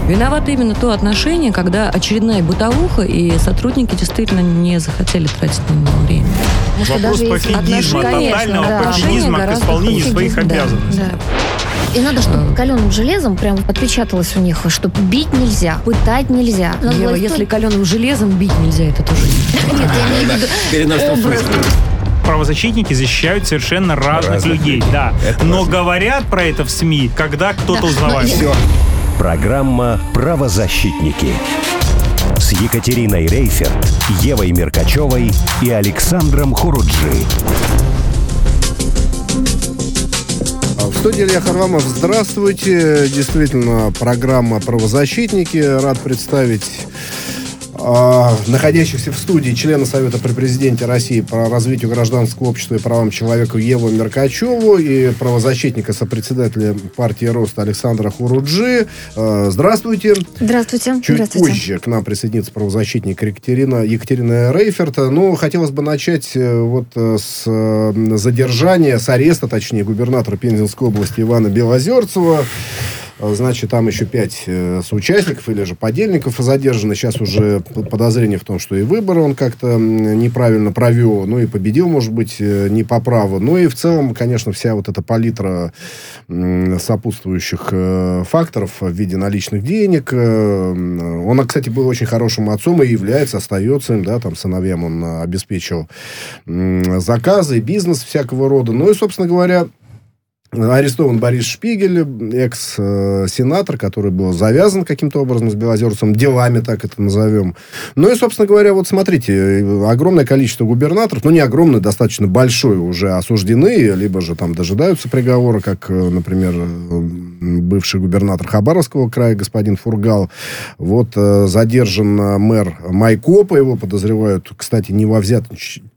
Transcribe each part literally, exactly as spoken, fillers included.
Виновато именно то отношение, когда очередная бытовуха, и сотрудники действительно не захотели тратить на него время. Вопрос пофигизма, тотального да. пофигизма к исполнению своих да. обязанностей. Да. И надо, чтобы каленым железом прям отпечаталось у них, что бить нельзя, пытать нельзя. Ева, если каленым железом бить нельзя, это тоже не. Нет, я имею в виду образ. Правозащитники защищают совершенно разных, разных людей, людей, да. Это но важно. Говорят про это в СМИ, когда кто-то да. узнавает. Все. Программа «Правозащитники» с Екатериной Рейферт, Евой Меркачевой и Александром Хуруджи. В студии Илья Харламов. Здравствуйте. Действительно, программа «Правозащитники». Рад представить э, находящихся в студии члена Совета при Президенте России по развитию гражданского общества и правам человека Еву Меркачеву и правозащитника, сопредседателя партии «Рост» Александра Хуруджи. Э, здравствуйте. Здравствуйте. Чуть здравствуйте. позже к нам присоединится правозащитник Екатерина, Екатерина Рейферт. Но хотелось бы начать вот с задержания, с ареста, точнее, губернатора Пензенской области Ивана Белозерцева. Значит, там еще пять э, соучастников или же подельников задержаны. Сейчас уже подозрение в том, что и выборы он как-то неправильно провел, ну и победил, может быть, э, не по праву. Ну и в целом, конечно, вся вот эта палитра э, сопутствующих э, факторов в виде наличных денег. Э, он, кстати, был очень хорошим отцом и является, остается им, да, там, сыновьям он обеспечил э, заказы, бизнес всякого рода. Ну и, собственно говоря, арестован Борис Шпигель, экс-сенатор, который был завязан каким-то образом с Белозерцем, делами, так это назовем. Ну и, собственно говоря, вот смотрите, огромное количество губернаторов, ну не огромное, достаточно большое, уже осуждены, либо же там дожидаются приговора, как, например, бывший губернатор Хабаровского края, господин Фургал. Вот задержан мэр Майкопа, его подозревают, кстати, не во, взят...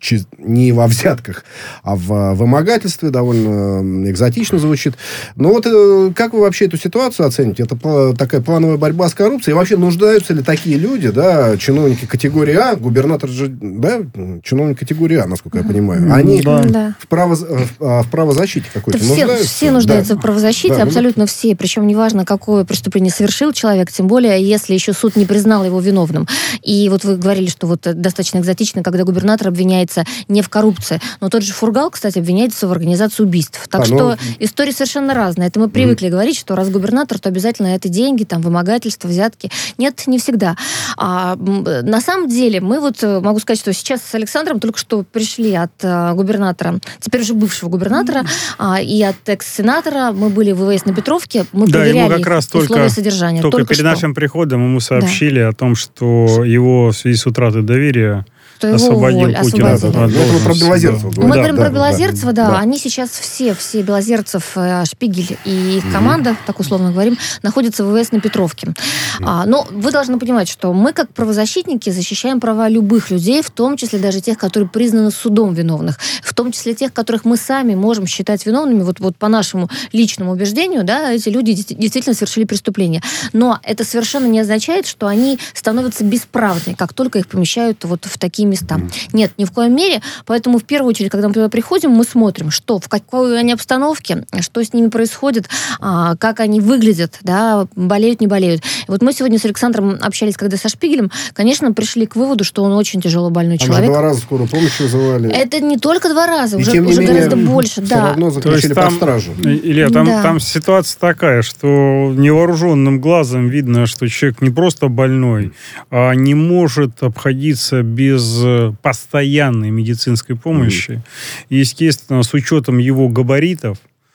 не во взятках, а в вымогательстве, довольно экзотично звучит. Но вот э, как вы вообще эту ситуацию оцените? Это пла- такая плановая борьба с коррупцией? И вообще нуждаются ли такие люди, да, чиновники категории А, губернатор же, да, чиновник категории А, насколько я понимаю, они да. в, право, в, в правозащите какой-то да нуждаются? Все, все нуждаются да. в правозащите, да, абсолютно ну... все. Причем неважно, какое преступление совершил человек, тем более, если еще суд не признал его виновным. И вот вы говорили, что вот достаточно экзотично, когда губернатор обвиняется не в коррупции. Но тот же Фургал, кстати, обвиняется в организации убийств. Так а, что ну... истории совершенно разные. Это мы привыкли mm. говорить, что раз губернатор, то обязательно это деньги, там, вымогательство, взятки. Нет, не всегда. А, на самом деле, мы вот, могу сказать, что сейчас с Александром только что пришли от а, губернатора, теперь уже бывшего губернатора, mm. а, и от экс-сенатора. Мы были в ВВС на Петровке, мы да, проверяли ему как раз условия только, содержания. Только, только перед что. нашим приходом ему сообщили да. о том, что его в связи с утратой доверия освободил воль, Путин. Да, да, да. Ну, про Белозерцева. Мы да, говорим да, про Белозерцева, да, да. да. Они сейчас все, все Белозерцев, Шпигель и их команда, mm-hmm. так условно говорим, находятся в ВВС на Петровке. Mm-hmm. А, но вы должны понимать, что мы, как правозащитники, защищаем права любых людей, в том числе даже тех, которые признаны судом виновных, в том числе тех, которых мы сами можем считать виновными, вот, вот по нашему личному убеждению, да, эти люди действительно совершили преступление. Но это совершенно не означает, что они становятся бесправными, как только их помещают вот в такие места. Mm. Нет, ни в коем мере. Поэтому в первую очередь, когда мы туда приходим, мы смотрим, что, в какой они обстановке, что с ними происходит, а, как они выглядят, да, болеют, не болеют. И вот мы сегодня с Александром общались, когда со Шпигелем, конечно, пришли к выводу, что он очень тяжело больной Там человек. Же два раза скорую помощь вызывали. Это не только два раза, и уже, тем не уже менее, гораздо больше. Все да. равно заключили там, под стражу. Илья, там, да. там ситуация такая, что невооруженным глазом видно, что человек не просто больной, а не может обходиться без постоянной медицинской помощи. Mm. Естественно, с учетом его габаритов,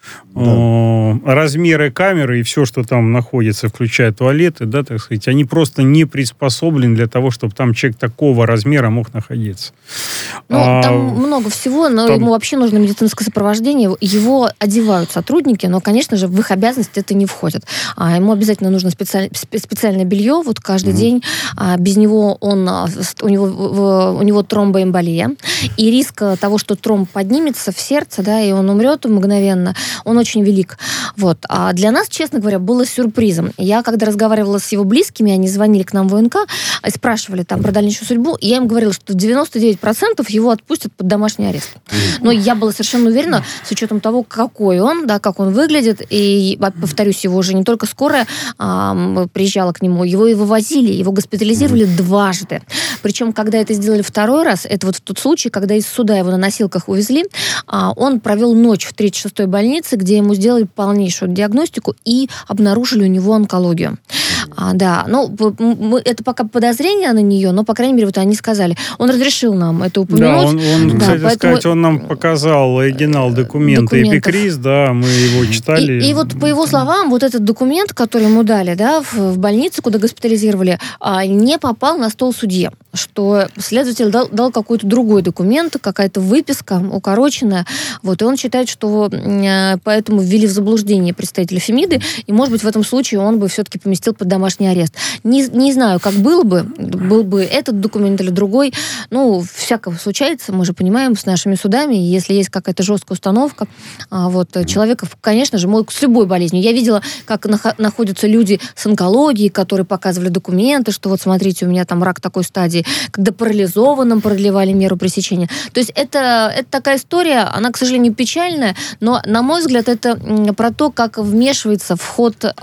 да. размеры камеры и все, что там находится, включая туалеты, да, так сказать, они просто не приспособлены для того, чтобы там человек такого размера мог находиться. Ну, а, там много всего, но там... ему вообще нужно медицинское сопровождение. Его одевают сотрудники, но, конечно же, в их обязанности это не входит. А ему обязательно нужно специаль... специальное белье, вот каждый mm-hmm. день. А без него он, у него, у него тромбоэмболия. И риск того, что тромб поднимется в сердце, да, и он умрет мгновенно, Он очень велик. Вот. А для нас, честно говоря, было сюрпризом. Я, когда разговаривала с его близкими, они звонили к нам в ОНК и спрашивали там про дальнейшую судьбу, я им говорила, что девяносто девять процентов его отпустят под домашний арест. Но я была совершенно уверена, с учетом того, какой он, да, как он выглядит, и, повторюсь, его уже не только скорая а, приезжала к нему, его и вывозили, его госпитализировали mm-hmm. дважды. Причем, когда это сделали второй раз, это вот в тот случай, когда из суда его на носилках увезли, а, он провел ночь в тридцать шестой больнице, где ему сделали полнейшую диагностику и обнаружили у него онкологию. Mm-hmm. А, да, ну, мы, это пока подозрение на нее, но, по крайней мере, вот они сказали, он разрешил нам это упомянуть. Да, он, он да, кстати поэтому... сказать, он нам показал оригинал документа Эпикриз, да, мы его читали. И, и вот по его словам, вот этот документ, который ему дали, да, в, в больнице, куда госпитализировали, не попал на стол судье, что следователь дал, дал какой-то другой документ, какая-то выписка укороченная, вот, и он считает, что поэтому ввели в заблуждение представителя Фемиды, и, может быть, в этом случае он бы все-таки поместил под домашний арест. Не, не знаю, как было бы, был бы этот документ или другой, ну, всякого случается, мы же понимаем, с нашими судами, если есть какая-то жесткая установка, вот, человека, конечно же, могут с любой болезнью. Я видела, как нах- находятся люди с онкологией, которые показывали документы, что вот, смотрите, у меня там рак такой стадии, когда парализованным продлевали меру пресечения. То есть это, это такая история, она, к сожалению, печальная, но, на мой взгляд, это про то, как вмешивается в ход, э,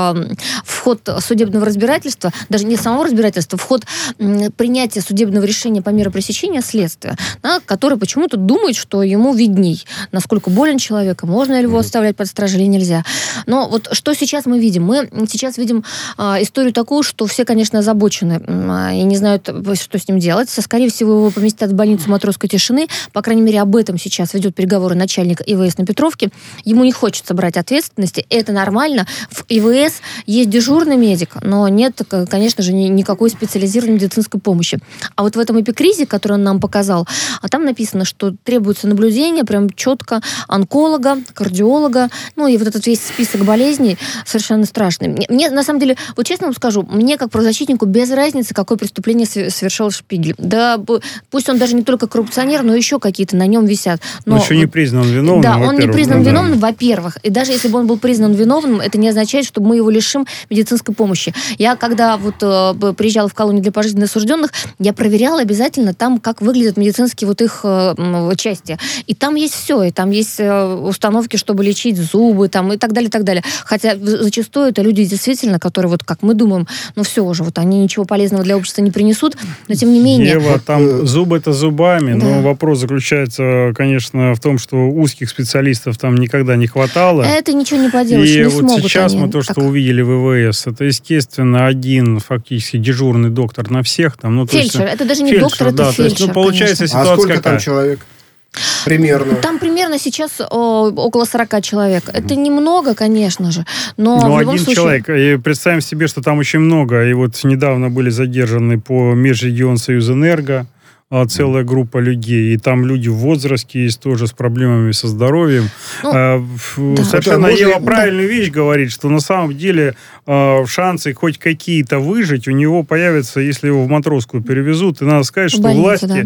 в ход судебного разбирательства, даже не самого разбирательства, в ход э, принятия судебного решения по мере пресечения следствия, да, который почему-то думает, что ему видней, насколько болен человек, можно ли его оставлять под стражей или нельзя. Но вот что сейчас мы видим? Мы сейчас видим э, историю такую, что все, конечно, озабочены э, и не знают, что с ним делать. Скорее всего, его поместят в больницу Матросской тишины. По крайней мере, об этом сейчас ведет переговоры начальник ИВС на Петровке. Ему не хочется брать ответственности. Это нормально. В ИВС есть дежурный медик, но нет, конечно же, никакой специализированной медицинской помощи. А вот в этом эпикризе, который он нам показал, а там написано, что требуется наблюдение прям четко онколога, кардиолога, ну и вот этот весь список болезней совершенно страшный. Мне, мне, на самом деле, вот честно вам скажу, мне как правозащитнику без разницы, какое преступление совершил Шпигель. Да, пусть он даже не только коррупционер, но еще какие-то на нем висят. Но он еще не признан виновным, да, он не признан ну, виновным, да. во-первых. И даже если бы он был признан виновным, это не означает, что мы его лишим медицинской помощи. Я, когда вот э, приезжала в колонию для пожизненно осужденных, я проверяла обязательно там, как выглядят медицинские вот их э, части. И там есть все. И там есть э, установки, чтобы лечить зубы, там, и так далее, и так далее. Хотя зачастую это люди действительно, которые, вот как мы думаем, ну все уже, вот они ничего полезного для общества не принесут, но тем не менее... Ева, там зубы это зубами, да. но вопрос заключается, конечно, в том, что узких специалистов там никогда не хватало. Это ничего не поделаешь, и не вот смогут сейчас они. мы то, что Так. увидели в ИВС, это, естественно, один фактически дежурный доктор на всех. Там, ну, фельдшер, есть, это даже не фельдшер, доктор, это да, фельдшер, то есть, ну, получается конечно. ситуация А сколько какая? там человек? Примерно. Там примерно сейчас о, около сорок человек. Это немного, конечно же, но Ну, в любом один случае... человек. И представим себе, что там очень много. И вот недавно были задержаны по межрегион Союзэнерго целая группа людей, и там люди в возрасте есть тоже с проблемами со здоровьем. Ну, а, да. Совершенно Да, Ева можно... правильную да. вещь говорит, что на самом деле а, шансы хоть какие-то выжить у него появятся, если его в Матросскую перевезут. И надо сказать, что больнице, власти, да.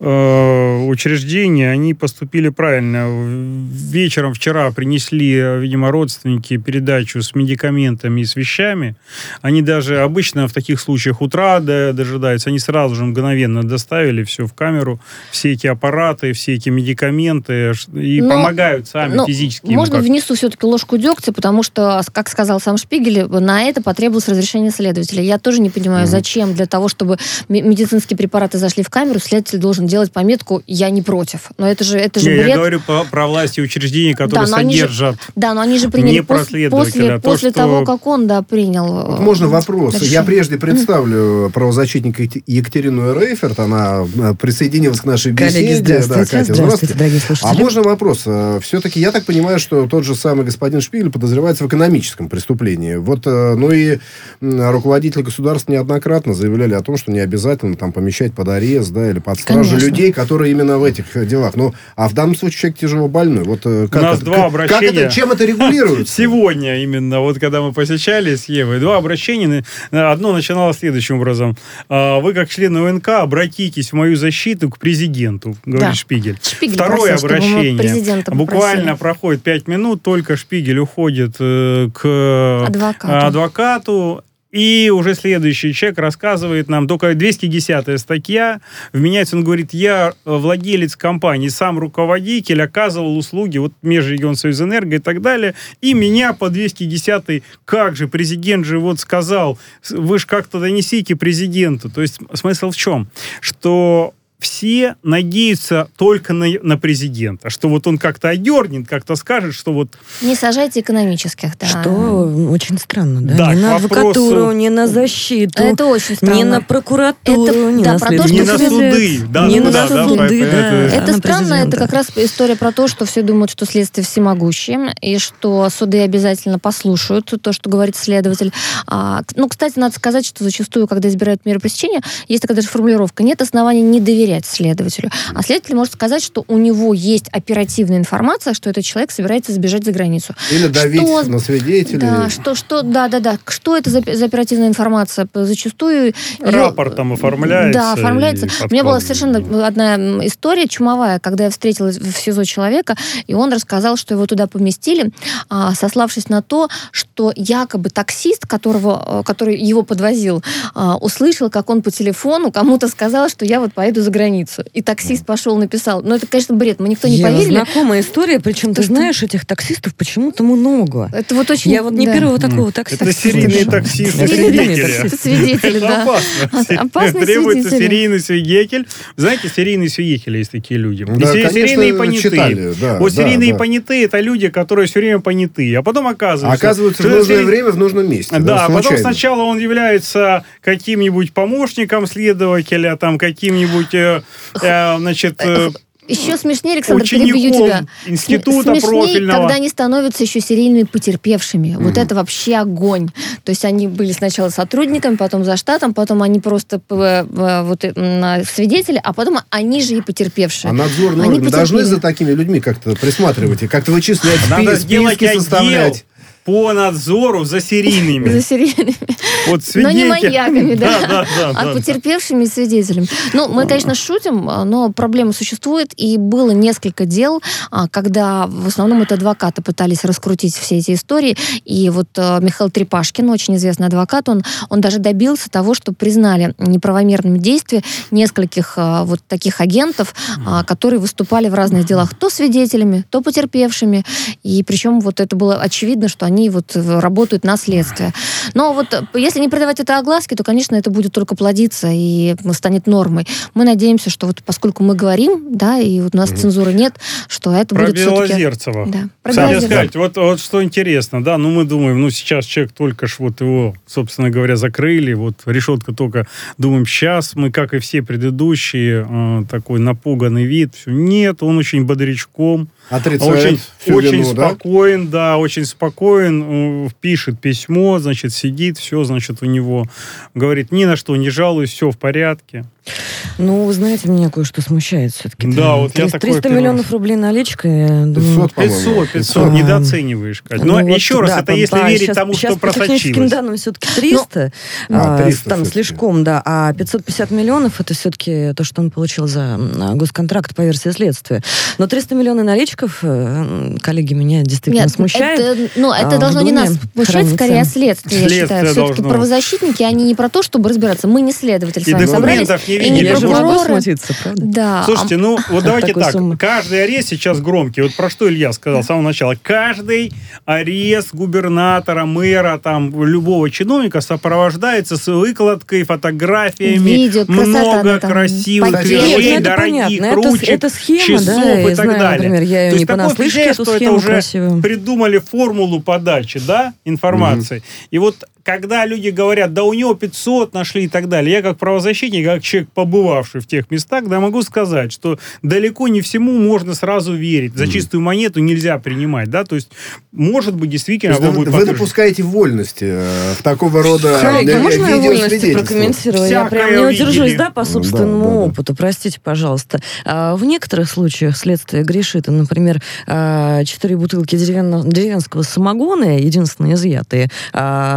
а, учреждения, они поступили правильно. Вечером вчера принесли, видимо, родственники передачу с медикаментами и с вещами. Они даже обычно в таких случаях утра дожидаются, они сразу же мгновенно доставили все в камеру, все эти аппараты, все эти медикаменты, и но, помогают сами но физически. Можно внесу все-таки ложку дегтя, потому что, как сказал сам Шпигель, на это потребовалось разрешение следователя. Я тоже не понимаю, mm-hmm. зачем для того, чтобы медицинские препараты зашли в камеру, следователь должен делать пометку «я не против». Но это же, это же не, бред. Я говорю про, про власти учреждений, которые да, содержат. Же, да, но они же приняли после, после, то, после что... того, как он да, принял. Можно вопрос? Решение. Я прежде представлю mm-hmm. правозащитника Екатерину Рейферт. Она присоединилась к нашей беседе. Коллеги, здравствуйте. Да, Катя, здравствуйте, здравствуйте. дорогие слушатели. А можно вопрос? Все-таки я так понимаю, что тот же самый господин Шпигель подозревается в экономическом преступлении. Вот, ну и руководители государства неоднократно заявляли о том, что не обязательно там помещать под арест, да, или под стражу Конечно. людей, которые именно в этих делах. Ну, а в данном случае человек тяжело больной. Вот как У нас это, два как, обращения. Как это, чем это регулируется? Сегодня именно, вот когда мы посещали с Евой, два обращения. Одно начиналось следующим образом. Вы, как члены ОНК, обратитесь в мою защиту к президенту, говорит Да. Шпигель. Шпигель Второе просил, чтобы мы обращение. президента Буквально попросили. проходит пять минут, только Шпигель уходит э, к Адвокату. адвокату, и уже следующий человек рассказывает нам, только двести десятая статья, вменяется, он говорит, я владелец компании, сам руководитель, оказывал услуги, вот Межрегионсоюзэнерго и так далее, и меня по двести десятой, как же, президент же вот сказал, вы же как-то донесите президенту. То есть смысл в чем? Что все надеются только на, на президента, что вот он как-то одернет, как-то скажет, что вот... Не сажайте экономических, да. Что очень странно, да? Да, ни к на вопросу- адвокатуру, ни на защиту, Это очень странно. ни на прокуратуру, Это- ни да, на про то, Не что на следствие. суды. Да, не да, на да, да, суды, поэтому да. это- Это на странно, это президента. как раз история про то, что все думают, что следствие всемогущее, и что суды обязательно послушают то, что говорит следователь. А, к- ну, кстати, надо сказать, что зачастую, когда избирают меры пресечения, есть такая даже формулировка, нет оснований не доверять следователю. А следователь может сказать, что у него есть оперативная информация, что этот человек собирается сбежать за границу. Или давить Что- на свидетелей. Да, что, что, да, да, да. Что это за, за оперативная информация? Зачастую... её- Рапортом оформляется. Да, оформляется. и У меня была подкладывается. совершенно одна м, история чумовая, когда я встретила в СИЗО человека, и он рассказал, что его туда поместили, а, сославшись на то, что якобы таксист, которого, э, который его подвозил, а, услышал, как он по телефону кому-то сказал, что я вот поеду за границу. И таксист пошел, написал. Ну, это, конечно, бред, мы никто не Ева, поверили. знакомая история, причем ты что- знаешь, этих таксистов почему-то много. Это вот очень... Я вот не да. первого такого таксиста. Это серийные слышу. таксисты, Это серийные свидетели. таксисты. Свидетели, Это да. опасно. Опасные Требуется свидетели. серийный свидетель. Знаете, серийные свидетели есть такие люди. Да, И се- конечно, серийные понятые. читали, да, вот да, серийные да. понятые — это люди, которые все время понятые. А потом оказывается... Оказывается, в что нужное серий- время, в нужном месте. Да, потом случайно. сначала он является каким-нибудь помощником следователя, там каким-нибудь, э, э, значит... э, Еще смешнее, Александр, перебью учеником тебя. института Смешнее, профильного. когда они становятся еще серийными потерпевшими. Вот Мгм. это вообще огонь. То есть они были сначала сотрудниками, потом за штатом, потом они просто э, э, вот, э, м, свидетели, а потом они же и потерпевшие. А надзорные Они органы должны потерпели. за такими людьми как-то присматривать и как-то вычислять, Надо спи- сделать списки отдел составлять. по надзору за серийными. За серийными. Вот Но не свидетель. маньяками, да. Да, да, да, А да. потерпевшими и свидетелями. Ну, мы, конечно, шутим, но проблема существует, и было несколько дел, а, когда в основном это адвокаты пытались раскрутить все эти истории, и вот э, Михаил Трепашкин, очень известный адвокат, он, он даже добился того, что признали неправомерными действия нескольких э, вот таких агентов, а, которые выступали в разных делах то свидетелями, то потерпевшими, и причем вот это было очевидно, что они вот э, работают на следствие. Но вот э, если не придавать это огласке, то, конечно, это будет только плодиться и станет нормой. Мы надеемся, что вот поскольку мы говорим, да, и вот у нас цензуры нет, что это Про будет все-таки... Белозерцева. Да, про Хотел Белозерцева. сказать, вот, вот что интересно, да, ну мы думаем, ну сейчас человек только ж вот его, собственно говоря, закрыли, вот решетка только, думаем, сейчас мы, как и все предыдущие, э, такой напуганный вид, все, нет, он очень бодрячком, Отрицает очень, всю очень вину, да? спокоен, да, очень спокоен, э, пишет письмо, значит, сидит, все, значит, у него, говорит, ни на что не жалуюсь, все в порядке. Ну, вы знаете, меня кое-что смущает все-таки. Да, вот я такое триста первый миллионов раз. рублей наличка, я думаю... пятьсот, по-моему. пятьсот, пятьсот, А, недооцениваешь, Кать. Но ну вот, еще раз, да, это по- если по- верить щас- тому, щас что по техническим просочилось. данным все-таки триста, а, а, триста там все-таки. слишком, да, а пятьсот пятьдесят миллионов это все-таки то, что он получил за м, госконтракт по версии следствия. Но триста миллионов наличков, э, коллеги, меня действительно Нет, смущает. это, ну, это А, должно в не Думе нас смущать, хранится. скорее, а следствие, я Следствие считаю. Все-таки должно. правозащитники, они не про то, чтобы разбираться. Мы не следователи с И вами собрались. документов не и видели. Я же могу прокуроры. смутиться, правда? Да. Слушайте, ну вот давайте такой так. суммы. Каждый арест сейчас громкий. Вот про что Илья сказал с самого начала. Каждый арест губернатора, мэра, там, любого чиновника сопровождается с выкладкой, фотографиями, Видео, красота, много да, там, красивых пакеты. вещей, Нет, ну это дорогих, понятно. Это- ручек, это схема, часов да, и я так знаю, далее. например, я её То не есть такое понаслышке, впечатление, эту что это схему уже красивую. придумали формулу подачи, да, информации. И вот когда люди говорят, да у него пятьсот нашли и так далее, я как правозащитник, как человек, побывавший в тех местах, да, могу сказать, что далеко не всему можно сразу верить. За чистую монету нельзя принимать, да, то есть может быть действительно... То есть оно вы, будет вы подтверждено. допускаете вольности э, в такого рода Коллеги, э, можно я вольности видеосвидетельства? прокомментирую? Я Всякое прям не удержусь, видели. да, по собственному Да, да, да. опыту. Простите, пожалуйста. А, В некоторых случаях следствие грешит. И, например, а, четыре бутылки деревянного- деревенского самогона, единственные изъятые, а, ко-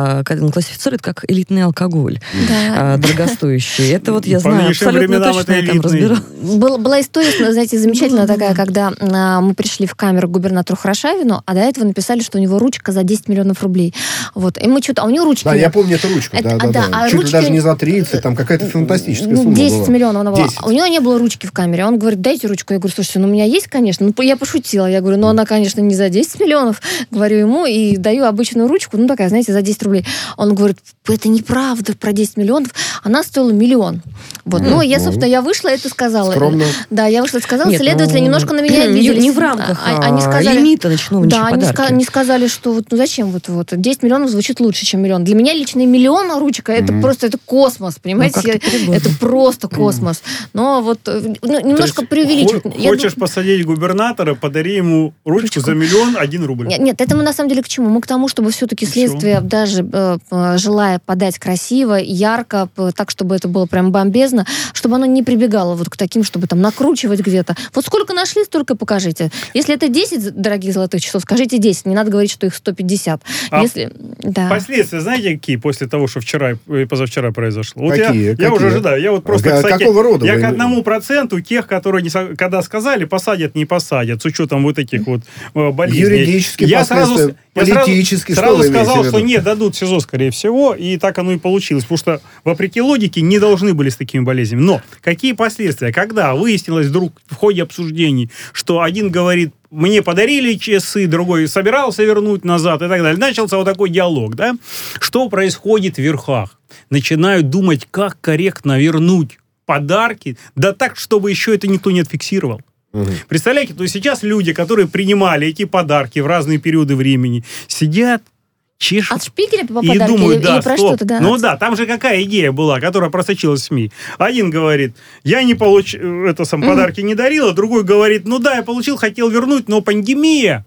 классифицируют как элитный алкоголь. Да. Дорогостоящий. Это вот я По знаю нынешним абсолютно временам точно, это я там элитный. разбираюсь. Был, была история, знаете, замечательная такая, когда а, мы пришли в камеру к губернатору Хорошавину, а до этого написали, что у него ручка за десять миллионов рублей. Вот. И мы что-то... А у него ручки... Да, я помню эту ручку. Это- да, да, да, да. а Чуть ли ручки- даже не за тридцать, там какая-то фантастическая сумма десять была. миллионов она была. десять. А у него не было ручки в камере. Он говорит, дайте ручку. Я говорю, слушайте, ну у меня есть, конечно. Ну, я пошутила. Я говорю, ну она, конечно, не за десять миллионов. Говорю ему и даю обычную ручку, ну такая, знаете, за десять рублей. Он говорит, это неправда про десять миллионов. Она стоила миллион. Вот. Ну, я, собственно, я вышла и это сказала. Скромно. Да, я вышла и сказала. Нет, Следователи ну, немножко на меня не- обиделись. Не в рамках А- а, они сказали, лимита на чиновничьи да, они, подарки. ска- они сказали, что вот, ну зачем вот, вот десять миллионов звучит лучше, чем миллион. Для меня лично миллион ручка, это просто это космос, понимаете? Ну, как-то Я- перебор. это просто космос. Но вот э, ну, немножко То есть преувеличивать. хо- Я Хочешь ду- посадить губернатора, подари ему ручку, Ручку. за миллион, один рубль. Нет, нет, это мы на самом деле к чему? Мы к тому, чтобы все-таки К следствие, даже э, э, желая подать красиво, ярко, п- так, чтобы это было прям бомбезно, чтобы оно не прибегало вот к таким, чтобы там накручивать где-то. Вот сколько нашли, столько покажите. Если это десять дорогих золотых часов, скажите десять. Не надо говорить, что их сто пятьдесят. А Если... Да. Последствия, знаете, какие после того, что вчера и позавчера произошло? Вот Какие? я, я Какие? уже ожидаю. Я вот просто, А кстати, какого рода я вы- к одному проценту тех, которые, не, со- когда сказали, посадят, не посадят, с учетом вот этих вот э, болезней. Юридические я сразу, последствия, я сразу- политические, что сразу вы имеете сказал, в виду? что нет, дадут СИЗО, скорее всего, и так оно и получилось, потому что, вопреки логике, не должны были с такими болезнями. Но какие последствия? Когда выяснилось вдруг в ходе обсуждений, что один говорит, мне подарили часы, другой собирался вернуть назад и так далее. Начался вот такой диалог, да? Что происходит в верхах? Начинают думать, как корректно вернуть подарки, да так, чтобы еще это никто не отфиксировал. Мгм. Представляете, то есть сейчас люди, которые принимали эти подарки в разные периоды времени, сидят, чешут От шпигеля по и подарки думают, или, да, или про стоп. что-то? Да. Ну да, там же какая идея была, которая просочилась в СМИ. Один говорит, я не получ... это сам подарки не дарил, а другой говорит, ну да, я получил, хотел вернуть, но пандемия.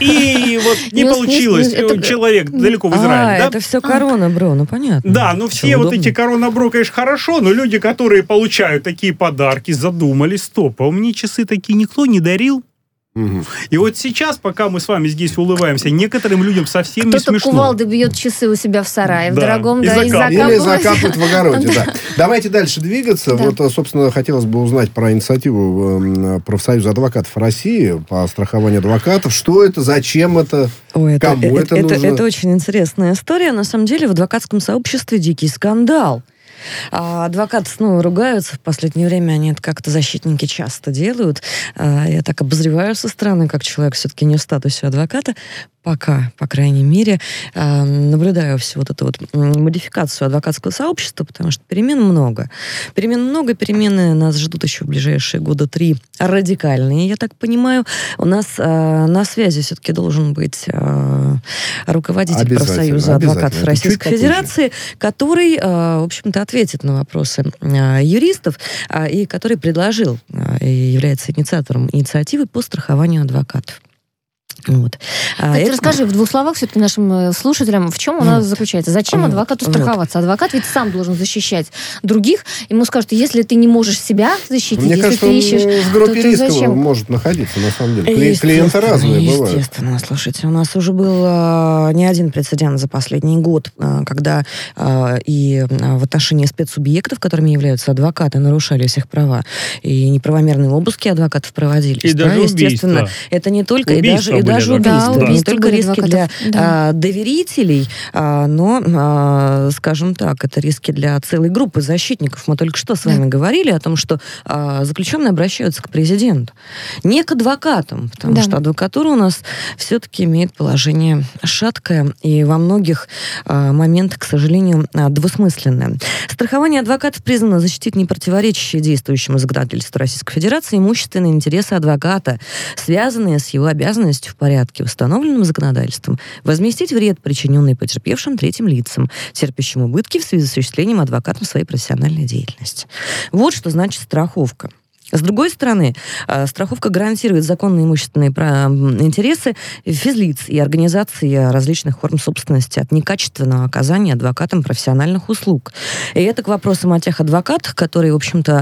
И вот не Не ус- не- получилось. не- это- Человек далеко в А, Израиле, да? это все корона, бро, ну понятно. Да, ну все Всё вот удобно. эти коронабро, конечно, хорошо, но люди, которые получают такие подарки, задумались, стоп, а у меня часы такие никто не дарил. Мгм. И вот сейчас, пока мы с вами здесь улыбаемся, некоторым людям совсем не Кто-то смешно. кувалдой бьет часы у себя в сарае, в Да, дорогом, и да, и закапывает. Или закапывает. закапывать в огороде, да. Давайте дальше двигаться. Да. Вот, собственно, хотелось бы узнать про инициативу э, профсоюза адвокатов России по страхованию адвокатов. Что это, зачем это, Ой, это, кому это, это, это, нужно? это очень интересная история. На самом деле в адвокатском сообществе дикий скандал. А адвокаты снова ругаются. В последнее время они это как-то защитники часто делают. А, я так обозреваю со стороны, как человек все-таки не в статусе адвоката. Пока, по крайней мере, а, наблюдаю всю вот эту вот м, модификацию адвокатского сообщества, потому что перемен много. Перемен много, перемены нас ждут еще в ближайшие года три радикальные, я так понимаю. У нас а, на связи все-таки должен быть а, руководитель Обязательно, профсоюза адвокатов обязательно. Российской Чуть попозже. Федерации, который, а, в общем-то, ответит на вопросы а, юристов а, и который предложил а, и является инициатором инициативы по страхованию адвокатов. Вот. А Кстати, это- расскажи в двух словах все-таки нашим э, слушателям, в чем она Вот. заключается. Зачем Вот. адвокату Вот. страховаться? Адвокат ведь сам должен защищать других. Ему скажут, если ты не можешь себя защитить, Мне если кажется, ты он ищешь, в то, группе то риска зачем? может находиться, на самом деле. Кли- Естественно, Клиенты разные бывают. Естественно, слушайте, у нас уже был а, не один прецедент за последний год, а, когда а, и а, в отношении спецсубъектов, которыми являются адвокаты, нарушались их права, и неправомерные обыски адвокатов проводились. И да, даже естественно, убийства. это не только и Убийства даже, и были даже адвокатов. убийства, Да, не убийства только были риски для адвокатов, да. а, доверителей, а, но, а, скажем так, это риски для целой группы защитников. Мы только что с вами Да. говорили о том, что а, заключенные обращаются к президенту, не к адвокатам, потому Да. что адвокатура у нас все-таки имеет положение шаткое и во многих а, моментах, к сожалению, а, двусмысленное. Страхование адвокатов призвано защитить непротиворечащие действующему законодательству Российской Федерации имущественные интересы адвоката, связанные с его обязанностью в порядке, установленным законодательством, возместить вред, причиненный потерпевшим третьим лицам, терпящим убытки в связи с осуществлением адвокатом своей профессиональной деятельности. Вот что значит страховка. С другой стороны, страховка гарантирует законные имущественные интересы физлиц и организаций различных форм собственности от некачественного оказания адвокатам профессиональных услуг. И это к вопросам о тех адвокатах, которые, в общем-то,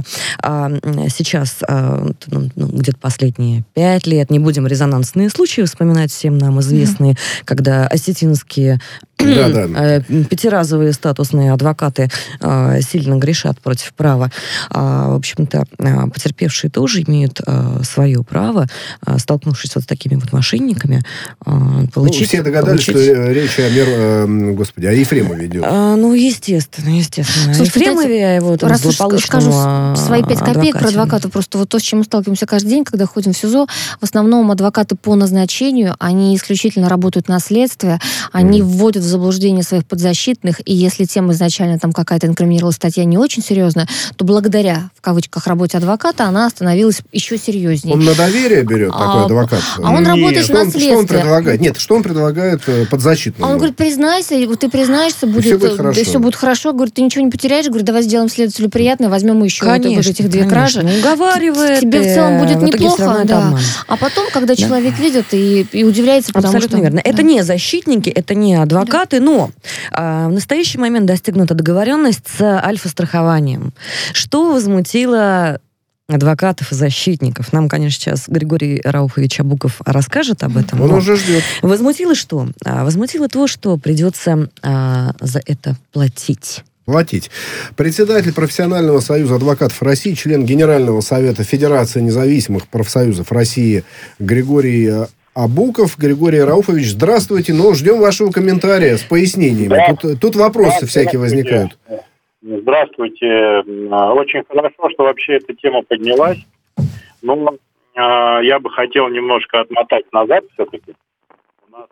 сейчас, ну, где-то последние пять лет, не будем резонансные случаи вспоминать, всем нам известные, mm-hmm. когда осетинские Да-да. пятиразовые статусные адвокаты э, сильно грешат против права. А, в общем-то, э, потерпевшие тоже имеют э, свое право, э, столкнувшись вот с такими вот мошенниками, э, получить... Ну, все догадались, получить... что речь о, мер... э, господи, о Ефремове идет. А, ну, естественно, естественно. Слушайте, Ефремове, я его там злополучному скажу свои пять копеек про адвокатов, просто вот то, с чем мы сталкиваемся каждый день, когда ходим в СИЗО, в основном адвокаты по назначению, они исключительно работают на следствие, они mm. вводят в заблуждение своих подзащитных, и если тем изначально там какая-то инкриминировалась статья не очень серьезная, то благодаря, в кавычках, работе адвоката она становилась еще серьезнее. Он на доверие берет а, такой адвокат? А он Нет. работает на следствие. Что он предлагает? Нет, что он предлагает подзащитному? А он говорит, признайся, ты признаешься, будет, все будет хорошо. Все будет хорошо. Говорит, ты ничего не потеряешь. Говорит, давай сделаем следователю приятное, возьмем еще конечно, вот этих две конечно. кражи. Уговаривает. Тебе в целом будет неплохо. Да. Обман. А потом, когда да. человек видит и, и удивляется, потому Абсолютно что... верно. Да. Это не защитники, это не адвокаты, да. но а, в настоящий момент достигнута договоренность с Альфа-страхованием, что возмутило адвокатов и защитников. Нам, конечно, сейчас Григорий Рауфович Абуков расскажет об этом. Он уже ждет. Возмутило что? А, возмутило то, что придется а, за это платить. Платить. Председатель профессионального союза адвокатов России, член Генерального совета Федерации независимых профсоюзов России Григорий Абуков. Григорий Рауфович, здравствуйте. Ну, ждем вашего комментария с пояснениями. Тут, тут вопросы всякие возникают. Здравствуйте. Очень хорошо, что вообще эта тема поднялась. Но э, я бы хотел немножко отмотать назад все-таки. У нас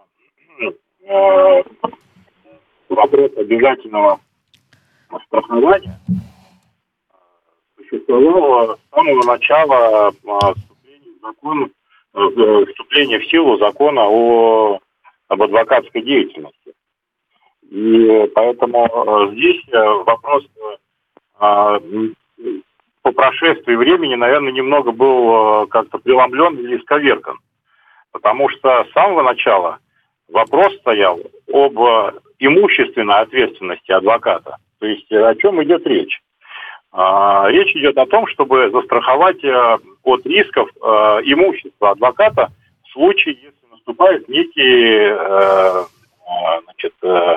э, э, вопрос обязательного страхования существовало с самого начала вступления в закон, вступления в силу закона о, об адвокатской деятельности. И поэтому здесь вопрос по прошествии времени, наверное, немного был как-то преломлен или исковеркан. Потому что с самого начала вопрос стоял об имущественной ответственности адвоката. То есть о чем идет речь? Речь идет о том, чтобы застраховать от рисков имущества адвоката в случае, если наступают некие значит,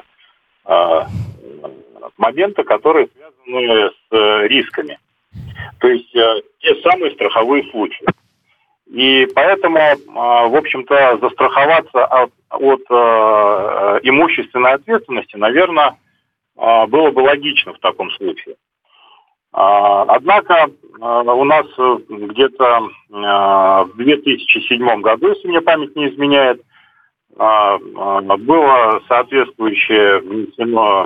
моменты, которые связаны с рисками. То есть те самые страховые случаи. И поэтому, в общем-то, застраховаться от, от имущественной ответственности, наверное, было бы логично в таком случае. Однако у нас где-то в две тысячи седьмом году, если мне память не изменяет, было соответствующее внесено,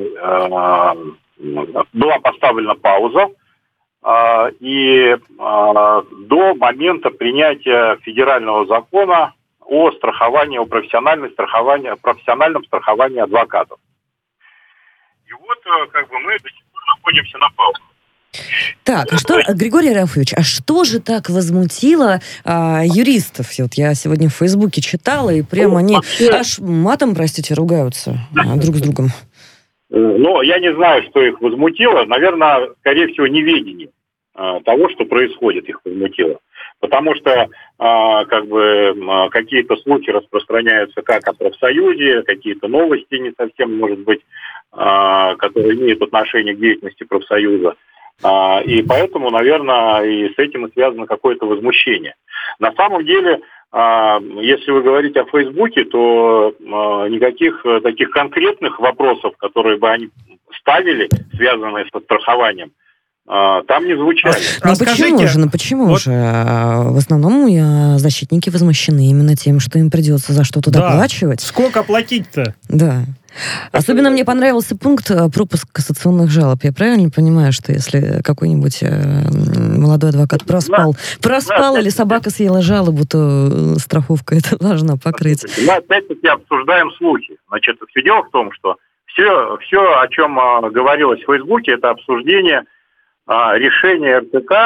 была поставлена пауза, и до момента принятия федерального закона о страховании, о профессиональном страховании, профессиональном страховании адвокатов. И вот как бы мы до сих пор находимся на паузе. Так, а что, Григорий Рауфович, а что же так возмутило а, юристов? Вот я сегодня в Фейсбуке читала, и прямо они аж матом, простите, ругаются а, друг с другом. Ну, я не знаю, что их возмутило. Наверное, скорее всего, неведение а, того, что происходит, их возмутило. Потому что а, как бы а, какие-то слухи распространяются как о профсоюзе, какие-то новости не совсем, может быть, а, которые имеют отношение к деятельности профсоюза. А, и поэтому, наверное, и с этим и связано какое-то возмущение. На самом деле, а, если вы говорите о Фейсбуке, то а, никаких таких конкретных вопросов, которые бы они ставили, связанные со страхованием, а, там не звучали. А, ну почему же? Ну почему вот... же? В основном защитники возмущены именно тем, что им придется за что-то да. доплачивать. Сколько платить-то? Да. Особенно мне понравился пункт пропуск кассационных жалоб. Я правильно понимаю, что если какой-нибудь э, молодой адвокат проспал, проспал да, или собака съела жалобу, то страховка это должна покрыть? Мы опять-таки обсуждаем слухи. Значит, все дело в том, что все, все о чем а, говорилось в Фейсбуке, это обсуждение а, решения эр тэ ка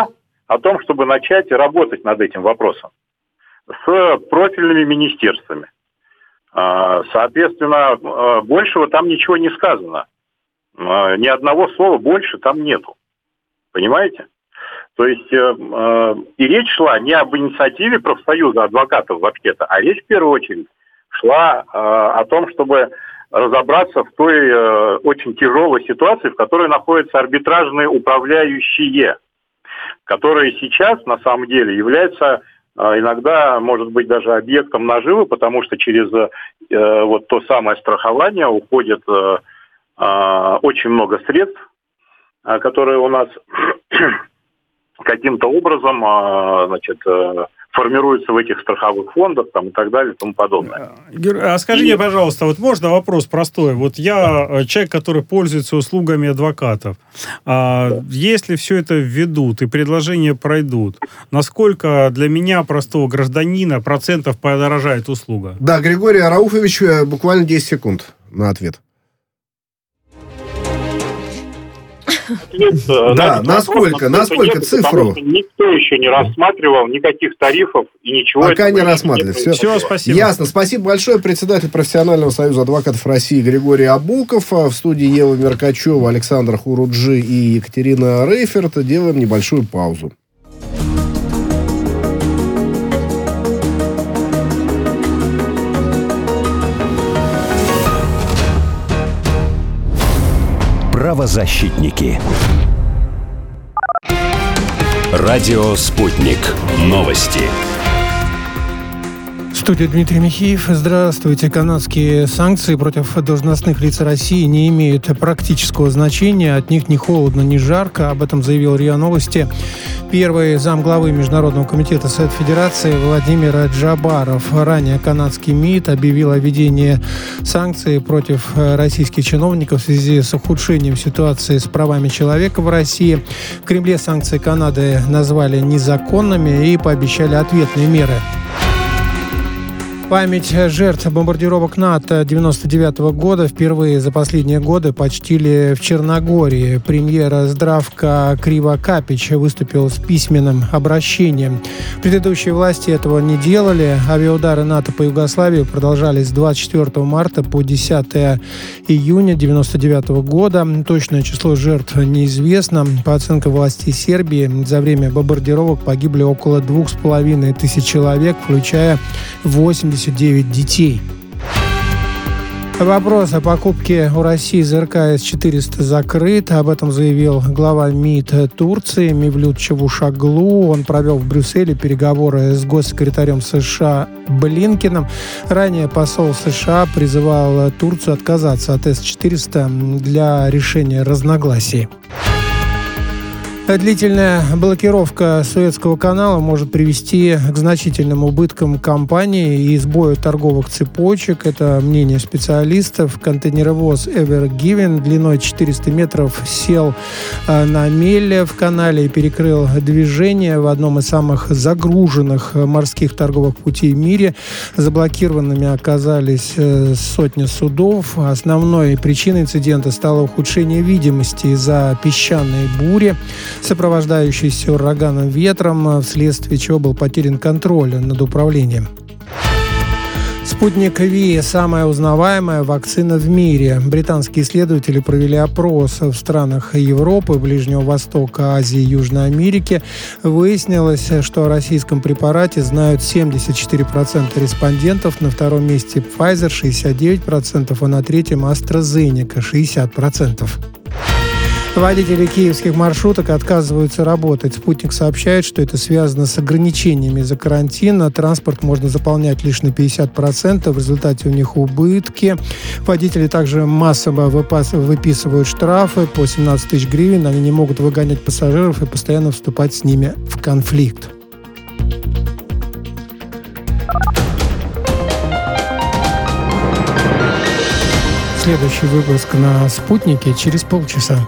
о том, чтобы начать работать над этим вопросом с профильными министерствами. Соответственно, большего там ничего не сказано. Ни одного слова больше там нету. Понимаете? То есть и речь шла не об инициативе профсоюза адвокатов вообще-то, а речь в первую очередь шла о том, чтобы разобраться в той э, очень тяжелой ситуации, в которой находятся арбитражные управляющие, которые сейчас на самом деле являются э, иногда, может быть, даже объектом наживы, потому что через э, вот то самое страхование уходит э, э, очень много средств, э, которые у нас каким-то образом э, значит, э, формируются в этих страховых фондах там, и так далее и тому подобное. А скажи мне, пожалуйста, вот можно вопрос простой? Вот я человек, который пользуется услугами адвокатов. А если все это введут и предложения пройдут, насколько для меня, простого гражданина, процентов подорожает услуга? Да, Григорий Рауфович, буквально десять секунд на ответ. Ответ, да, насколько, насколько нет, цифру? Никто еще не рассматривал никаких тарифов и ничего. Пока не рассматривали. Все. Все, спасибо. Ясно. Спасибо большое. Председатель Профессионального союза адвокатов России Григорий Абуков. В студии Ева Меркачева, Александр Хуруджи и Екатерина Рейферт. Делаем небольшую паузу. Правозащитники. Радио «Спутник». Новости. В студии Дмитрий Михеев. Здравствуйте. Канадские санкции против должностных лиц России не имеют практического значения. От них ни холодно, ни жарко. Об этом заявил РИА Новости первый замглавы Международного комитета Совета Федерации Владимир Джабаров. Ранее канадский МИД объявил о введении санкций против российских чиновников в связи с ухудшением ситуации с правами человека в России. В Кремле санкции Канады назвали незаконными и пообещали ответные меры. Память жертв бомбардировок НАТО девяносто девятого года впервые за последние годы почтили в Черногории. Премьер Здравка Кривокапич выступил с письменным обращением. Предыдущие власти этого не делали. Авиаудары НАТО по Югославии продолжались с двадцать четвёртого марта по десятого июня девяносто девятого года. Точное число жертв неизвестно. По оценкам властей Сербии, за время бомбардировок погибли около двух с половиной тысяч человек, включая восемьдесят девять детей. Вопрос о покупке у России ЗРК С четыреста закрыт. Об этом заявил глава МИД Турции Мевлют Чавушоглу. Он провел в Брюсселе переговоры с госсекретарем США Блинкеном. Ранее посол США призывал Турцию отказаться от С четыреста для решения разногласий. Длительная блокировка Суэцкого канала может привести к значительным убыткам компании и сбою торговых цепочек. Это мнение специалистов. Контейнеровоз Ever Given длиной четыреста метров сел на мель в канале и перекрыл движение в одном из самых загруженных морских торговых путей в мире. Заблокированными оказались сотни судов. Основной причиной инцидента стало ухудшение видимости из-за песчаной бури, сопровождающийся ураганом ветром, вследствие чего был потерян контроль над управлением. Спутник Ви – самая узнаваемая вакцина в мире. Британские исследователи провели опрос в странах Европы, Ближнего Востока, Азии и Южной Америки. Выяснилось, что о российском препарате знают семьдесят четыре процента респондентов, на втором месте Pfizer – шестьдесят девять процентов, а на третьем AstraZeneca – шестьдесят процентов. Водители киевских маршруток отказываются работать. Спутник сообщает, что это связано с ограничениями из-за карантина. Транспорт можно заполнять лишь на пятьдесят процентов. В результате у них убытки. Водители также массово выписывают штрафы по семнадцать тысяч гривен. Они не могут выгонять пассажиров и постоянно вступать с ними в конфликт. Следующий выпуск на «Спутнике» через полчаса.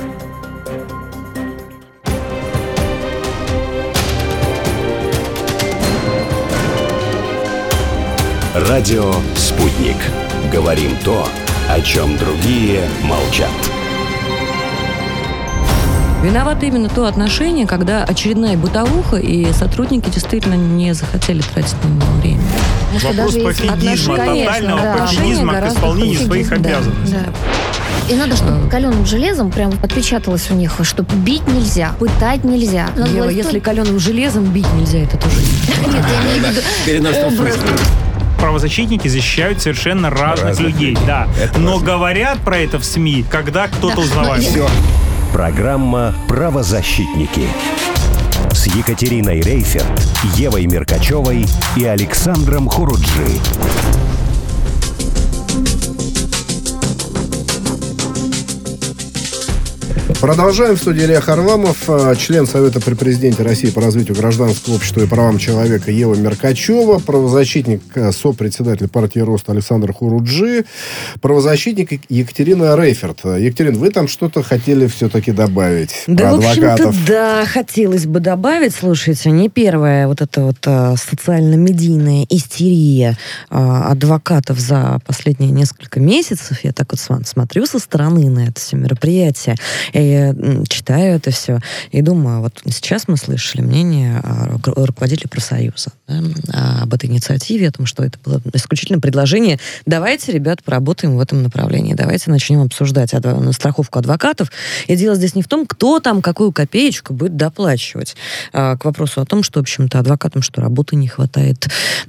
Радио «Спутник». Говорим то, о чем другие молчат. Виновато именно то отношение, когда очередная бытовуха, и сотрудники действительно не захотели тратить на него время. Вопрос пофигизма, тотального да. пофигизма к исполнению своих да, обязанностей. Да. И надо, чтобы каленым железом прям отпечаталось у них, что бить нельзя, пытать нельзя. Надо Ева, власть- если каленым железом бить нельзя, это тоже не Нет, я имею в виду образно. Правозащитники защищают совершенно разных, Разных людей, людей. да. Это Но важно. говорят про это в СМИ, когда кто-то Да, узнавает. но- Все. Программа «Правозащитники» с Екатериной Рейферт, Евой Меркачевой и Александром Хуруджи. Продолжаем. В студии Илья Харламов, член Совета при президенте России по развитию гражданского общества и правам человека Ева Меркачева, правозащитник, сопредседатель партии «Рост» Александр Хуруджи, правозащитник Екатерина Рейферт. Екатерина, вы там что-то хотели все-таки добавить Да, про в общем-то, адвокатов? да, хотелось бы добавить, слушайте, не первая вот эта вот а, социально-медийная истерия а, адвокатов за последние несколько месяцев. Я так вот см- смотрю со стороны на это все мероприятие, и я м, читаю это все, и думаю, вот сейчас мы слышали мнение а, ру- руководителя профсоюза, да, а, об этой инициативе, о том, что это было исключительно предложение. Давайте, ребят, поработаем в этом направлении, давайте начнем обсуждать адв- страховку адвокатов. И дело здесь не в том, кто там какую копеечку будет доплачивать. А, к вопросу о том, что, в общем-то, адвокатам что, работы не хватает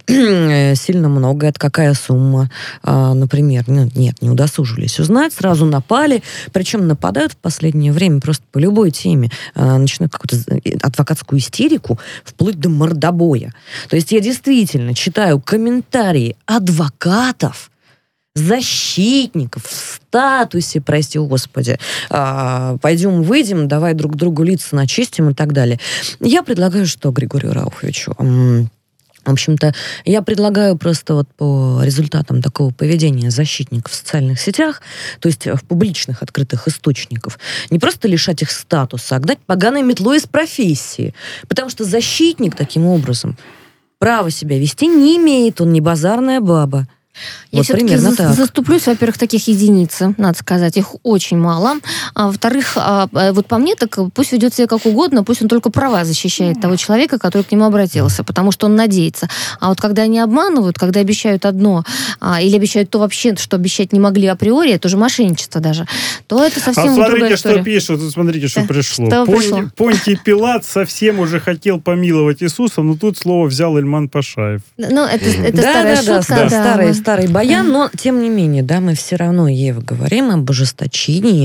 сильно много. Это какая сумма, а, например? Ну, нет, не удосужились узнать, сразу напали. Причем нападают в последнее время просто по любой теме. А, начинают какую-то адвокатскую истерику вплоть до мордобоя. То есть я действительно читаю комментарии адвокатов, защитников в статусе, прости господи, а, пойдем выйдем, давай друг другу лица начистим и так далее. Я предлагаю, что Григорию Рауховичу... м- В общем-то, я предлагаю просто вот по результатам такого поведения защитников в социальных сетях, то есть в публичных открытых источников, не просто лишать их статуса, а гнать поганой метлой из профессии. Потому что защитник таким образом права себя вести не имеет, он не базарная баба. Я Вот все-таки примерно за- так. заступлюсь, во-первых, таких единицы, надо сказать, их очень мало. А во-вторых, а, а, вот по мне, так пусть ведет себя как угодно, пусть он только права защищает того человека, который к нему обратился, потому что он надеется. А вот когда они обманывают, когда обещают одно, а, или обещают то вообще, что обещать не могли априори, это уже мошенничество даже, то это совсем А другая смотрите, история. что пишут, смотрите, что Да. пришло. Что Понти- пришло? Понтий Пилат совсем уже хотел помиловать Иисуса, но тут слово взял Ильман Пашаев. Ну, это, это да, старая да, да, шутка. да, да, старый, мы- старый баян, но тем не менее, да, мы все равно, Ева, говорим об ожесточении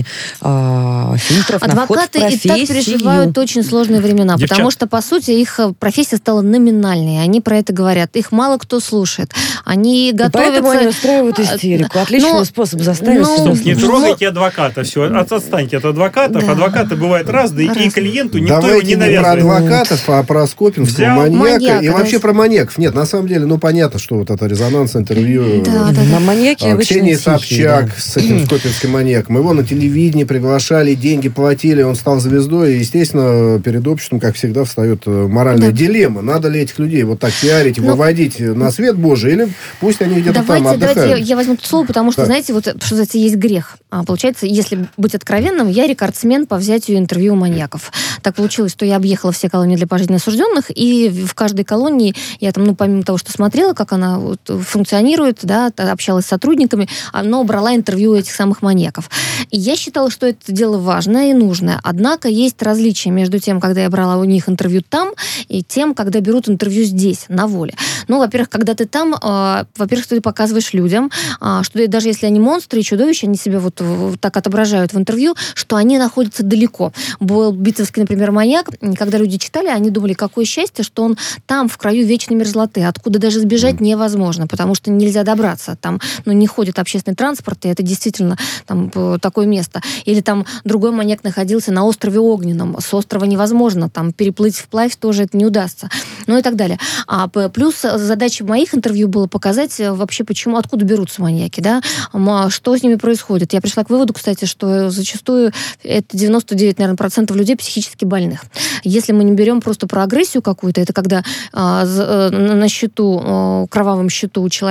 а, фильтров на вход в Адвокаты и профессию. так переживают очень сложные времена, Девчат. потому что, по сути, их э, профессия стала номинальной. Они про это говорят. Их мало кто слушает. Они И поэтому они готовятся... устраивают истерику. Отличный Ну, способ заставить ну, себя Не слушать. трогайте адвоката, все, от- отстаньте от адвокатов. Да. Адвокаты бывают разные, и Разные. клиенту никто его Давайте не не про навязывает. адвокатов, а про Скопинского Взял маньяка. маньяка, И вообще да. про маньяков. Нет, на самом деле, ну, понятно, что вот это резонансное интервью... Да, э, да, На маньяке А, обычно Ксении тихие, Собчак да. с этим скопинским маньяком. Его на телевидении приглашали, деньги платили, он стал звездой. И, естественно, перед обществом, как всегда, встает э, моральная Да. дилемма. Надо ли этих людей вот так пиарить, Ну, выводить на свет Божий, или пусть они где-то Давайте, там давайте я, отдыхают? я возьму это слово, потому что, Да. знаете, вот что называется, есть грех. А, получается, если быть откровенным, я рекордсмен по взятию интервью у маньяков. Так получилось, что я объехала все колонии для пожизненно осужденных, и в каждой колонии я там, ну, помимо того, что смотрела, как она вот функционирует, да, т- общалась с сотрудниками, но брала интервью у этих самых маньяков. И я считала, что это дело важное и нужное. Однако есть различия между тем, когда я брала у них интервью там, и тем, когда берут интервью здесь, на воле. Ну, во-первых, когда ты там, э, во-первых, ты показываешь людям, э, что даже если они монстры и чудовища, они себя вот, вот так отображают в интервью, что они находятся далеко. Был битцевский, например, маньяк, когда люди читали, они думали, какое счастье, что он там, в краю вечной мерзлоты, откуда даже сбежать невозможно, потому что нельзя добраться. Там, ну, не ходит общественный транспорт, и это действительно там э, такое место. Или там другой маньяк находился на острове Огненном. С острова невозможно, там переплыть вплавь тоже это не удастся. Ну и так далее. А п- плюс задача моих интервью было показать э, вообще, почему, откуда берутся маньяки, да, М, что с ними происходит. Я пришла к выводу, кстати, что зачастую это девяносто девять, наверное, процентов людей психически больных. Если мы не берем просто про агрессию какую-то, это когда а, з- э, на счету, э, кровавом счету у человека несколько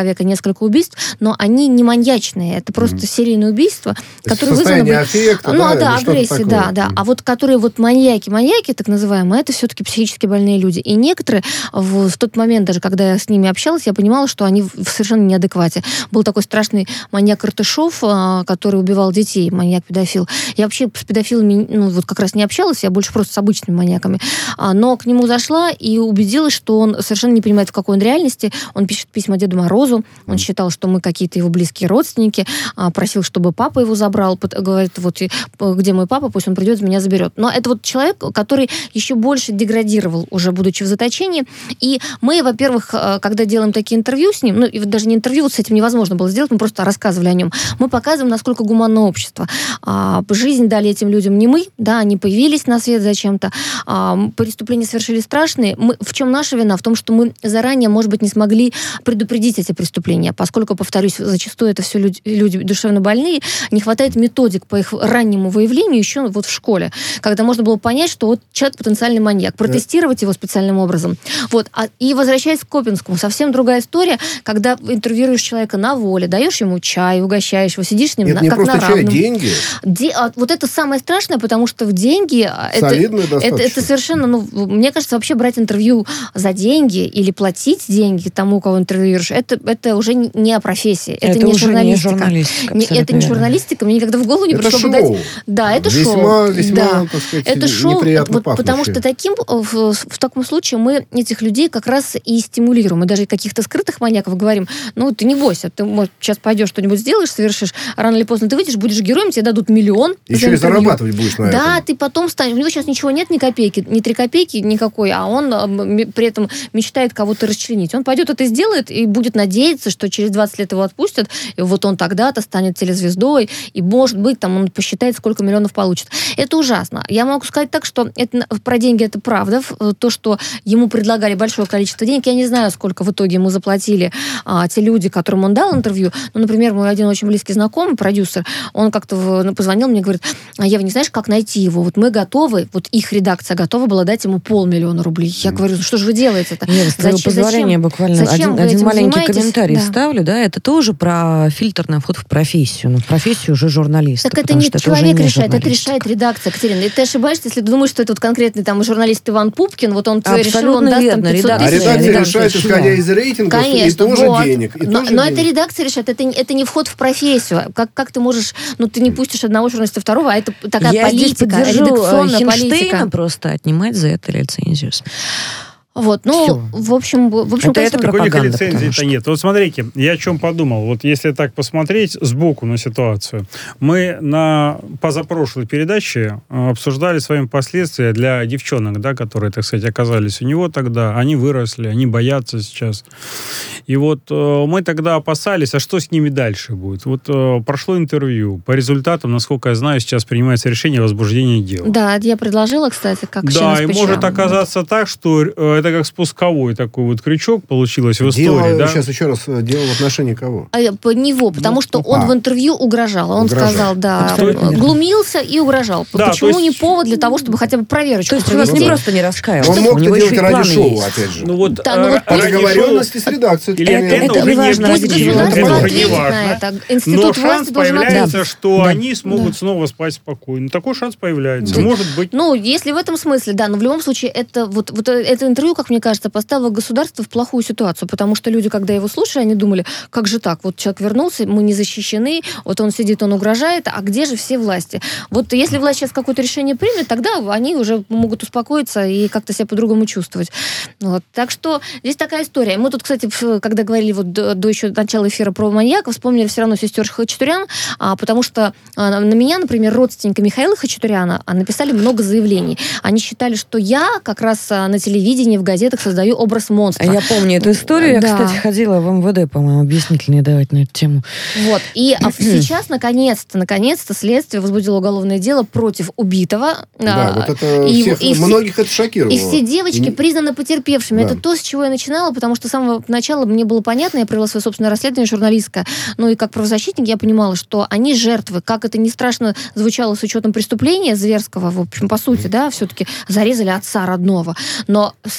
несколько убийств, но они не маньячные, это просто mm-hmm. серийные убийства, то которые вызваны... Аффекта, ну, да, да, агрессии, да, да. Mm-hmm. А вот которые вот маньяки, маньяки, так называемые, это все-таки психически больные люди. И некоторые в, в тот момент, даже когда я с ними общалась, я понимала, что они в совершенно неадеквате. Был такой страшный маньяк Артышов, который убивал детей, маньяк-педофил. Я вообще с педофилами, ну, вот как раз не общалась, я больше просто с обычными маньяками. Но к нему зашла и убедилась, что он совершенно не понимает, в какой он реальности. Он пишет письма Деду Морозу, он считал, что мы какие-то его близкие родственники, просил, чтобы папа его забрал, говорит, вот где мой папа, пусть он придет, меня заберет. Но это вот человек, который еще больше деградировал, уже будучи в заточении. И мы, во-первых, когда делаем такие интервью с ним, ну, и даже не интервью, вот с этим невозможно было сделать, мы просто рассказывали о нем. Мы показываем, насколько гуманно общество. А, жизнь дали этим людям не мы, да, они появились на свет зачем-то. А, преступления совершили страшные. Мы, в чем наша вина? В том, что мы заранее, может быть, не смогли предупредить эти преступления, поскольку, повторюсь, зачастую это все люди, люди душевно больные, не хватает методик по их раннему выявлению еще вот в школе, когда можно было понять, что вот человек потенциальный маньяк, протестировать его специальным образом. Вот. А, и возвращаясь к Копинскому, совсем другая история, когда интервьюируешь человека на воле, даешь ему чай, угощаешь его, сидишь с ним это на, не как просто на равном. Чай, деньги. Де, а, вот это самое страшное, потому что в деньги это, это, это совершенно, ну, мне кажется, вообще брать интервью за деньги или платить деньги тому, кого интервьюируешь, это, это уже не о профессии. Это, это не уже журналистика. Не журналистика не, это не журналистика. Мне никогда в голову не это пришло шоу. бы дать... Да, это весьма, шоу. Весьма, да. так сказать, это шоу, неприятно вот, потому что таким, в, в таком случае мы этих людей как раз и стимулируем. Мы даже каких-то скрытых маньяков говорим, ну, ты не бойся, ты может, сейчас пойдешь что-нибудь сделаешь, совершишь, рано или поздно ты выйдешь, будешь героем, тебе дадут миллион. Еще и зарабатывать будешь на да, этом. ты потом станешь. У него сейчас ничего нет, ни копейки, ни три копейки никакой, а он при этом мечтает кого-то расчленить. Он пойдет это сделает и будет надеяться, что через двадцать лет его отпустят, и вот он тогда-то станет телезвездой, и, может быть, там он посчитает, сколько миллионов получит. Это ужасно. Я могу сказать так, что это, про деньги это правда. То, что ему предлагали большое количество денег, я не знаю, сколько в итоге ему заплатили а, те люди, которым он дал интервью. Ну, например, мой один очень близкий знакомый, продюсер, он как-то в, позвонил мне, говорит, Ева, не знаешь, как найти его? Вот мы готовы, вот их редакция готова была дать ему полмиллиона рублей. Я говорю, что же вы делаете-то? Нет, с твоего позволения буквально зачем один, один маленький занимаетесь? комментарий да. вставлю, да, это тоже про фильтр на вход в профессию, ну, в профессию уже журналиста. Так это не человек решает, это решает редакция, Катерина. И ты ошибаешься, если ты думаешь, что это вот конкретный там журналист Иван Пупкин, вот он решил, он даст там пятьсот тысяч. А редакция решает, исходя из рейтингов, Конечно, и тоже вот. денег. И но тоже но денег. это редакция решает, это, это не вход в профессию. Как, как ты можешь, ну ты не пустишь одного журналиста, второго, а это такая Я политика, здесь редакционная Хинштейна политика. просто отнимать за это лицензию. Вот, ну, Всё. в общем, в общем, это, конечно, это У них пропаганда, лицензии-то что... нет. Вот смотрите, я о чем подумал. Вот если так посмотреть сбоку на ситуацию. Мы на позапрошлой передаче обсуждали с вами последствия для девчонок, да, которые, так сказать, оказались у него тогда. Они выросли, они боятся сейчас. И вот э, мы тогда опасались, а что с ними дальше будет? Вот э, прошло интервью. По результатам, насколько я знаю, сейчас принимается решение о возбуждении дела. Да, я предложила, кстати, как Да, и ЧНСПЧ. может оказаться так, что э, это как спусковой такой вот крючок получилось в Дело, истории, да? сейчас еще раз, дело в отношении кого? А, по него, потому Ну, что он а. в интервью угрожал. Он Угрожал. сказал, да, Абсолютно верно. глумился и угрожал. Да, Почему то есть- не повод для того, чтобы хотя бы проверочку То есть у вас провести? не просто не раскаялся, Он у мог это него еще делать и ради планы шоу, есть. опять же. Ну вот, Да, ну э, вот ради Договоренности с редакцией. Или Это- это, это уже не важно, не ради будет, чего. Государство это уже ответит не на важно. это. Но Институт шанс власти должен появляется, ответить. что Да. они смогут Да. снова спать спокойно. Такой шанс появляется. Да. Может быть. Ну, если в этом смысле, да, но в любом случае это вот, вот это интервью, как мне кажется, поставило государство в плохую ситуацию, потому что люди, когда его слушали, они думали, как же так, вот человек вернулся, мы не защищены, вот он сидит, он угрожает, а где же все власти? Вот если власть сейчас какое-то решение примет, тогда они уже могут успокоиться и как-то себя по-другому чувствовать. Вот. Так что здесь такая история. Мы тут, кстати, когда говорили вот до, до еще начала эфира про маньяков, вспомнили все равно сестер Хачатурян, а, потому что а, на меня, например, родственники Михаила Хачатуряна а, написали много заявлений. Они считали, что я как раз а, на телевидении, в газетах создаю образ монстра. А я помню эту историю. Я, Да. кстати, ходила в эм вэ дэ, по-моему, объяснительные давать на эту тему. Вот. И а, сейчас, наконец-то, наконец-то следствие возбудило уголовное дело против убитого. Да, А, вот это и- всех, и все- многих это шокировало. И все девочки И- признаны потерпевшими. Да. Это то, с чего я начинала, потому что с самого начала мне было понятно, я провела свое собственное расследование журналистское, ну и как правозащитник я понимала, что они жертвы. Как это не страшно звучало с учетом преступления зверского, в общем, по сути, да, все-таки зарезали отца родного. Но с-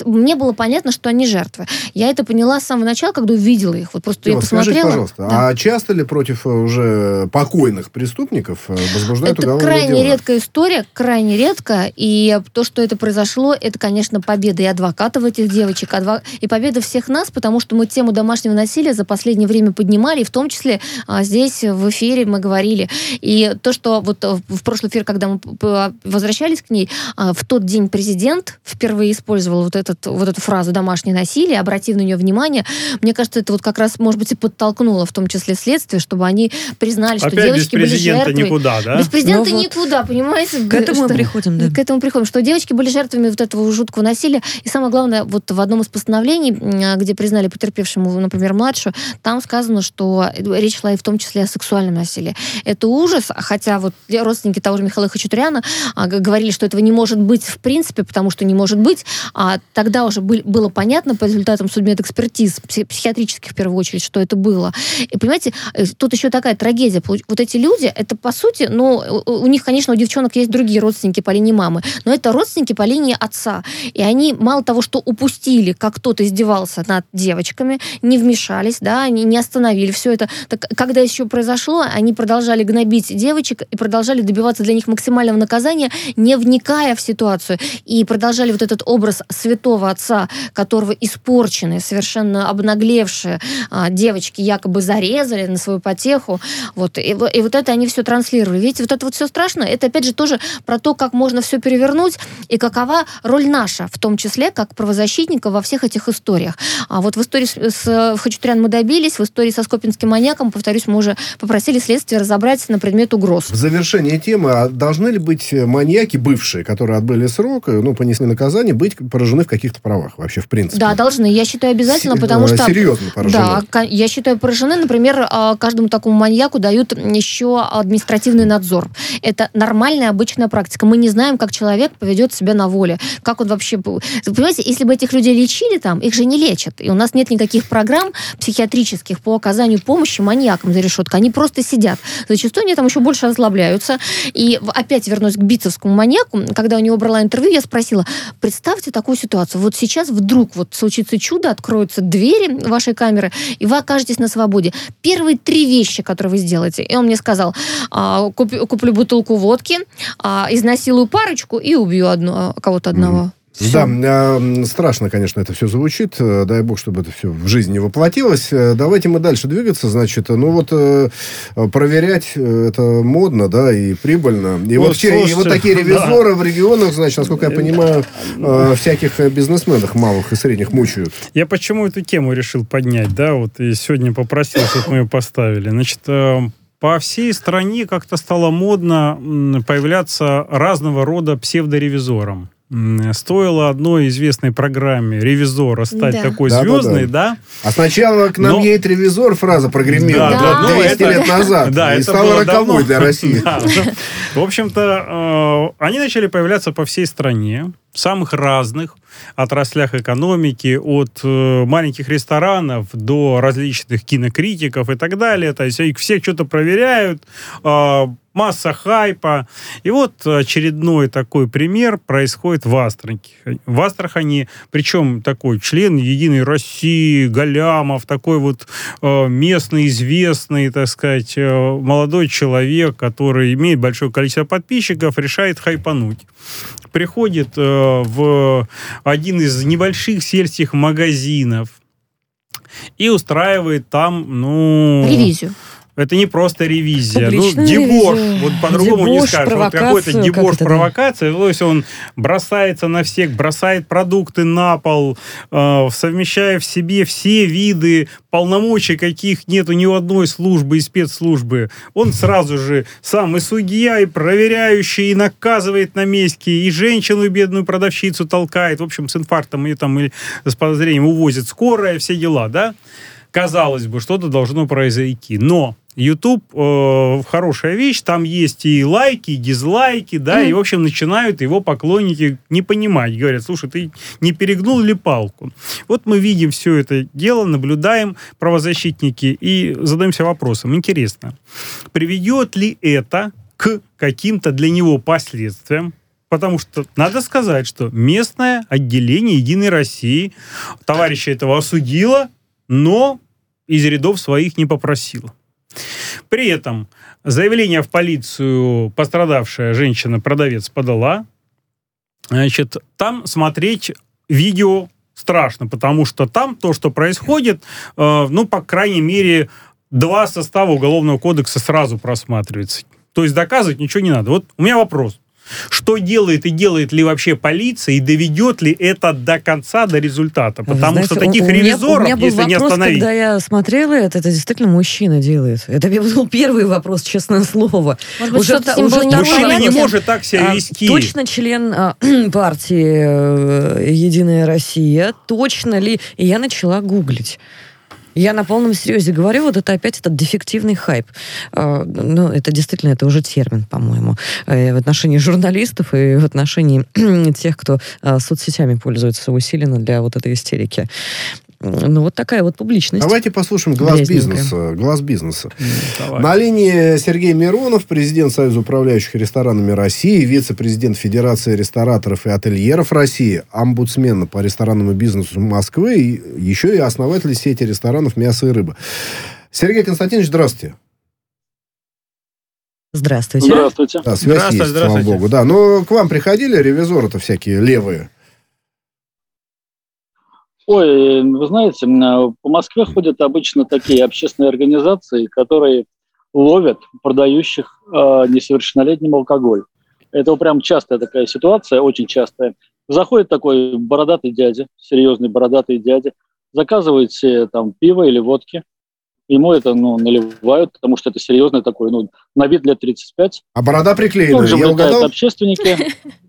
мне было понятно, что они жертвы. Я это поняла с самого начала, когда увидела их. Вот просто Ева, я посмотрела. Скажите, пожалуйста, да. а часто ли против уже покойных преступников возбуждают это уголовные крайне дела? редкая история, крайне редко. И то, что это произошло, это, конечно, победа и адвокатов этих девочек, адво... и победа всех нас, потому что мы тему домашнего насилия за последнее время поднимали, и в том числе а, здесь в эфире мы говорили. И то, что вот в прошлый эфир, когда мы возвращались к ней, а, в тот день президент впервые использовал вот, этот, вот эту фразу «домашнее насилие», обратив на нее внимание, мне кажется, это вот как раз, может быть, и подтолкнуло в том числе следствие, чтобы они признали, что Опять девочки были жертвами. никуда, да? Без президента Ну вот никуда, понимаете? К этому что, мы приходим, да. К этому приходим, что девочки были жертвами вот этого жуткого насилия. И самое главное, вот в одном из постановлений, где признали потерпевшему, например, младшую, там сказано, что речь шла и в том числе о сексуальном насилии. Это ужас, хотя вот родственники того же Михаила Хачатуряна говорили, что этого не может быть в принципе, потому что не может быть. А тогда уже был, было понятно по результатам судмедэкспертиз, психиатрических в первую очередь, что это было. И понимаете, тут еще такая трагедия. Вот эти люди, это по сути, ну, у них, конечно, у девчонок есть другие родственники по линии мамы, но это родственники по линии отца. И они мало того, что упустили, как кто-то издевался над девочками, не вмешались, да, они не остановили все это. Так, когда еще произошло, они продолжали гнобить девочек и продолжали добиваться для них максимального наказания, не вникая в ситуацию. И продолжали вот этот образ святого отца, которого испорченные, совершенно обнаглевшие а, девочки якобы зарезали на свою потеху. Вот. И, и вот это они все транслировали. Видите, вот это вот все страшно. Это, опять же, тоже про то, как можно все перевернуть и какова роль наша, в том числе, как правозащитника во всех этих историях. А вот в истории с, с Хачатурян мы добились, в истории со скопинским маньяком, повторюсь, мы уже попросили следствие разобраться на предмет угроз. В завершении темы, а должны ли быть маньяки бывшие, которые отбыли срок, ну, понесли наказание, быть поражены в каких-то правах вообще, в принципе? Да, должны. Я считаю обязательно, С- потому что... Серьезно поражены. Да, я считаю поражены. Например, каждому такому маньяку дают еще административный надзор. Это нормальная, обычная практика. Мы не знаем, как человек поведет себя на воле. Как он вообще... Понимаете, если бы этих людей лечили там, их же не лечат. И у нас нет никаких программ психиатрических по оказанию помощи маньякам за решеткой. Они просто сидят. Зачастую они там еще больше озлобляются. И опять вернусь к битцевскому маньяку. Когда у него брала интервью, я спросила, представьте такую ситуацию. Вот сейчас вдруг вот случится чудо, откроются двери вашей камеры, и вы окажетесь на свободе. Первые три вещи, которые вы сделаете. И он мне сказал, куплю, куплю бутылку водки, изнасилую парочку и убью одну, кого-то одного. Да, э, страшно, конечно, это все звучит. Дай бог, чтобы это все в жизни воплотилось. Давайте мы дальше двигаться. Значит, ну вот э, проверять это модно, да, и прибыльно. И вот, вот, слушайте, и вот такие ревизоры да. в регионах, значит, насколько я понимаю, э, всяких бизнесменов малых и средних мучают. Я почему эту тему решил поднять, да, вот и сегодня попросил, чтобы мы ее поставили. Значит, э, по всей стране как-то стало модно появляться разного рода псевдоревизорам. Стоило одной известной программе «Ревизора» стать да. такой да, звездной, да, да. да. А сначала «К нам Но... едет ревизор» фраза прогремела да, да, двести да, лет это... назад. Да, и это стала роковой для России. Да, да. В общем-то, э, они начали появляться по всей стране, в самых разных отраслях экономики, от э, маленьких ресторанов до различных кинокритиков и так далее. То есть их все что-то проверяют, э, масса хайпа. И вот очередной такой пример происходит в Астрахани. В Астрахани, причем такой член Единой России, Галямов, такой вот э, местный, известный, так сказать, э, молодой человек, который имеет большое количество подписчиков, решает хайпануть. Приходит э, в один из небольших сельских магазинов и устраивает там, ну... ревизию. Это не просто ревизия. Ну, дебош. Вот по-другому не скажешь. Вот какой-то дебош, как провокация. То есть он бросается на всех, бросает продукты на пол, э, совмещая в себе все виды полномочий, каких нет ни у одной службы и спецслужбы. Он сразу же сам и судья, и проверяющий, и наказывает на месте, и женщину бедную продавщицу толкает. В общем, с инфарктом и там или с подозрением увозит скорая, все дела, да? Казалось бы, что-то должно произойти. Но YouTube э, хорошая вещь, там есть и лайки, и дизлайки, да, mm-hmm. и, в общем, начинают его поклонники не понимать. Говорят, слушай, ты не перегнул ли палку? Вот мы видим все это дело, наблюдаем, правозащитники, и задаемся вопросом, интересно, приведет ли это к каким-то для него последствиям? Потому что надо сказать, что местное отделение «Единой России» товарища этого осудило, но из рядов своих не попросило. При этом заявление в полицию пострадавшая женщина-продавец подала. Значит, там смотреть видео страшно, потому что там то, что происходит, э, ну, по крайней мере, два состава Уголовного кодекса сразу просматривается. То есть доказывать ничего не надо. Вот у меня вопрос. Что делает и делает ли вообще полиция, и доведет ли это до конца, до результата? Потому Знаете, что таких у, у ревизоров, меня, у меня если был не вопрос, остановить... когда я смотрела это, это действительно мужчина делает. Это был первый вопрос, честное слово. Может быть, Уже, что-то с ним уже было не Мужчина не понятно? может так себя а, вести. точно член а, партии э, «Единая Россия», точно ли? И я начала гуглить. Я на полном серьезе говорю, вот это опять этот дефективный хайп. Э, ну, это действительно, это уже термин, по-моему, э, в отношении журналистов и в отношении тех, кто э, соцсетями пользуется усиленно для вот этой истерики. Ну, вот такая вот публичность. Давайте послушаем глаз Грязненькая. бизнеса. Глаз бизнеса. Давай. На линии Сергей Миронов, президент Союза управляющих ресторанами России, вице-президент Федерации рестораторов и ательеров России, омбудсмен по ресторанному бизнесу Москвы и еще и основатель сети ресторанов «Мясо и рыба». Сергей Константинович, здравствуйте. Здравствуйте. Здравствуйте. Да, связь Здравствуйте, есть, здравствуйте. слава богу. Да, но к вам приходили ревизоры-то всякие левые? Ой, вы знаете, по Москве ходят обычно такие общественные организации, которые ловят продающих э, несовершеннолетним алкоголь. Это прям частая такая ситуация, очень частая. Заходит такой бородатый дядя, серьезный бородатый дядя, заказывает себе там пиво или водки, ему это ну, наливают, потому что это серьезный такой, ну, на вид лет тридцать пять. А борода приклеена, Тут же я влетают угадал? общественники.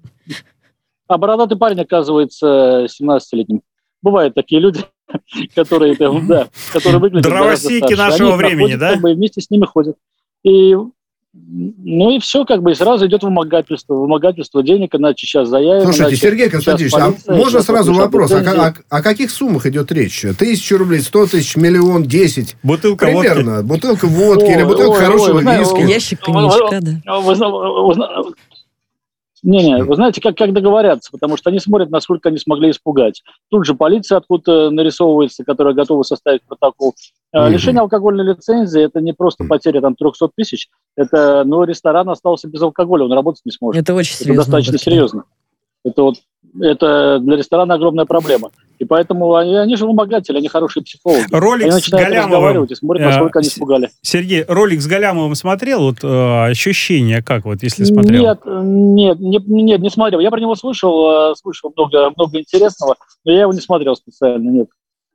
А бородатый парень оказывается семнадцатилетним. Бывают такие люди, которые, да, которые выглядят Дровосеки гораздо старше. нашего Они времени, находят, да? Как бы, и вместе с ними ходят. И, ну и все, как бы, и сразу идет вымогательство. Вымогательство денег, иначе сейчас заявим. Слушайте, иначе Сергей Константинович, сейчас а полиция, можно сейчас сразу подпишут вопрос? О, лицензии. о- о каких суммах идет речь? Тысяча рублей, сто тысяч, миллион, десять? Бутылка Примерно. Бутылка водки Ой, или бутылка ой, хорошего ой, знаете, виски? ой, Ящик Вы- коньячка, да. Вы зна- вы зна- Не-не, вы знаете, как, как договорятся, потому что они смотрят, насколько они смогли испугать. Тут же полиция откуда-то нарисовывается, которая готова составить протокол. А, Мгм. Лишение алкогольной лицензии – это не просто потеря там триста тысяч, это, ну, ресторан остался без алкоголя, он работать не сможет. Это очень Это серьезно. достаточно серьезно. Это вот это для ресторана огромная проблема. И поэтому они, они же вымогатели, они хорошие психологи. Ролик Они с начинают Галямовым. разговаривать и смотрят, насколько Э, они с- испугали. Сергей, ролик с Галямовым смотрел? Вот э, ощущения как, вот, если смотрел? Нет, нет, не, нет, не смотрел. Я про него слышал, э, слышал много, много интересного, но я его не смотрел специально, нет.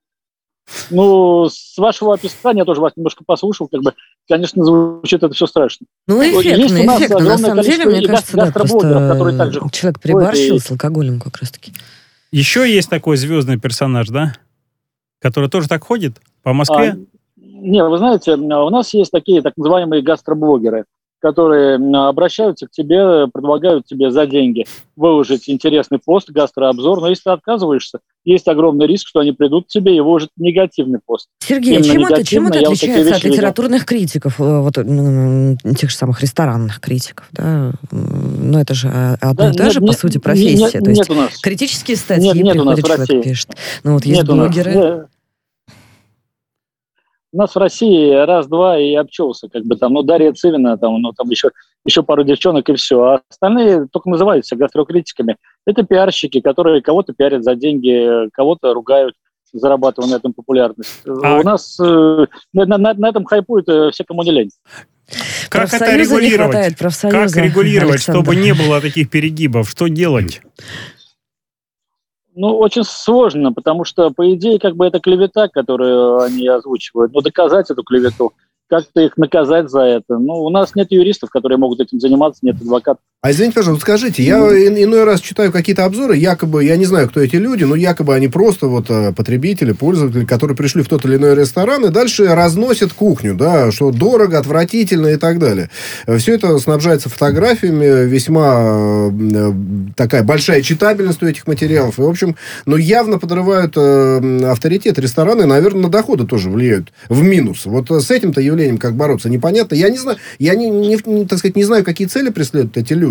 Ну, с вашего описания, я тоже вас немножко послушал, как бы, конечно, звучит это все страшно. Ну, Есть эффектно, у нас эффектно. На огромное самом деле, количество мне и кажется, да, гастроблогеров, которые просто также человек ходят приборщил и- с алкоголем как раз-таки. Еще есть такой звездный персонаж, да? Который тоже так ходит по Москве? А, не, вы знаете, у нас есть такие так называемые гастроблогеры, которые обращаются к тебе, предлагают тебе за деньги выложить интересный пост, гастрообзор, но если ты отказываешься, есть огромный риск, что они придут к тебе и выложат негативный пост. Сергей, Именно чем это, чем негативно, это я вот такие отличается от вещи видел. литературных критиков, э, вот, м, тех же самых ресторанных критиков? Да? М, Ну, это же а, одна и Да, та нет, же, по нет, сути, нет, профессия. нет, То есть нет у нас. критические статьи Нет, нет у нас приходит в человек, России. пишет. Ну, вот есть Нет у нас. блогеры. Э, У нас в России раз-два и обчелся, как бы там, ну, Дарья Цивина, там, ну, там еще, еще пару девчонок и все. А остальные только называются гастрокритиками. Это пиарщики, которые кого-то пиарят за деньги, кого-то ругают, зарабатывая на этом популярность. А- У нас э, на, на- на этом хайпует э, все, кому не лень. Как это Профсоюза не регулировать? хватает, профсоюза, Как регулировать, Александр. чтобы не было таких перегибов? Что делать? Ну, очень сложно, потому что, по идее, как бы это клевета, которую они озвучивают. Но доказать эту клевету, как-то их наказать за это. Ну, у нас нет юристов, которые могут этим заниматься, нет адвокатов. А извините, пожалуйста, скажите, я ин- иной раз читаю какие-то обзоры, якобы, я не знаю, кто эти люди, но якобы они просто вот э, потребители, пользователи, которые пришли в тот или иной ресторан и дальше разносят кухню, да, что дорого, отвратительно и так далее. Все это снабжается фотографиями, весьма э, такая большая читабельность у этих материалов. И, в общем, ну, явно подрывают э, авторитет ресторана и, наверное, на доходы тоже влияют в минус. Вот э, с этим-то явлением как бороться непонятно. Я не знаю, я не, не, не, так сказать, не знаю, какие цели преследуют эти люди.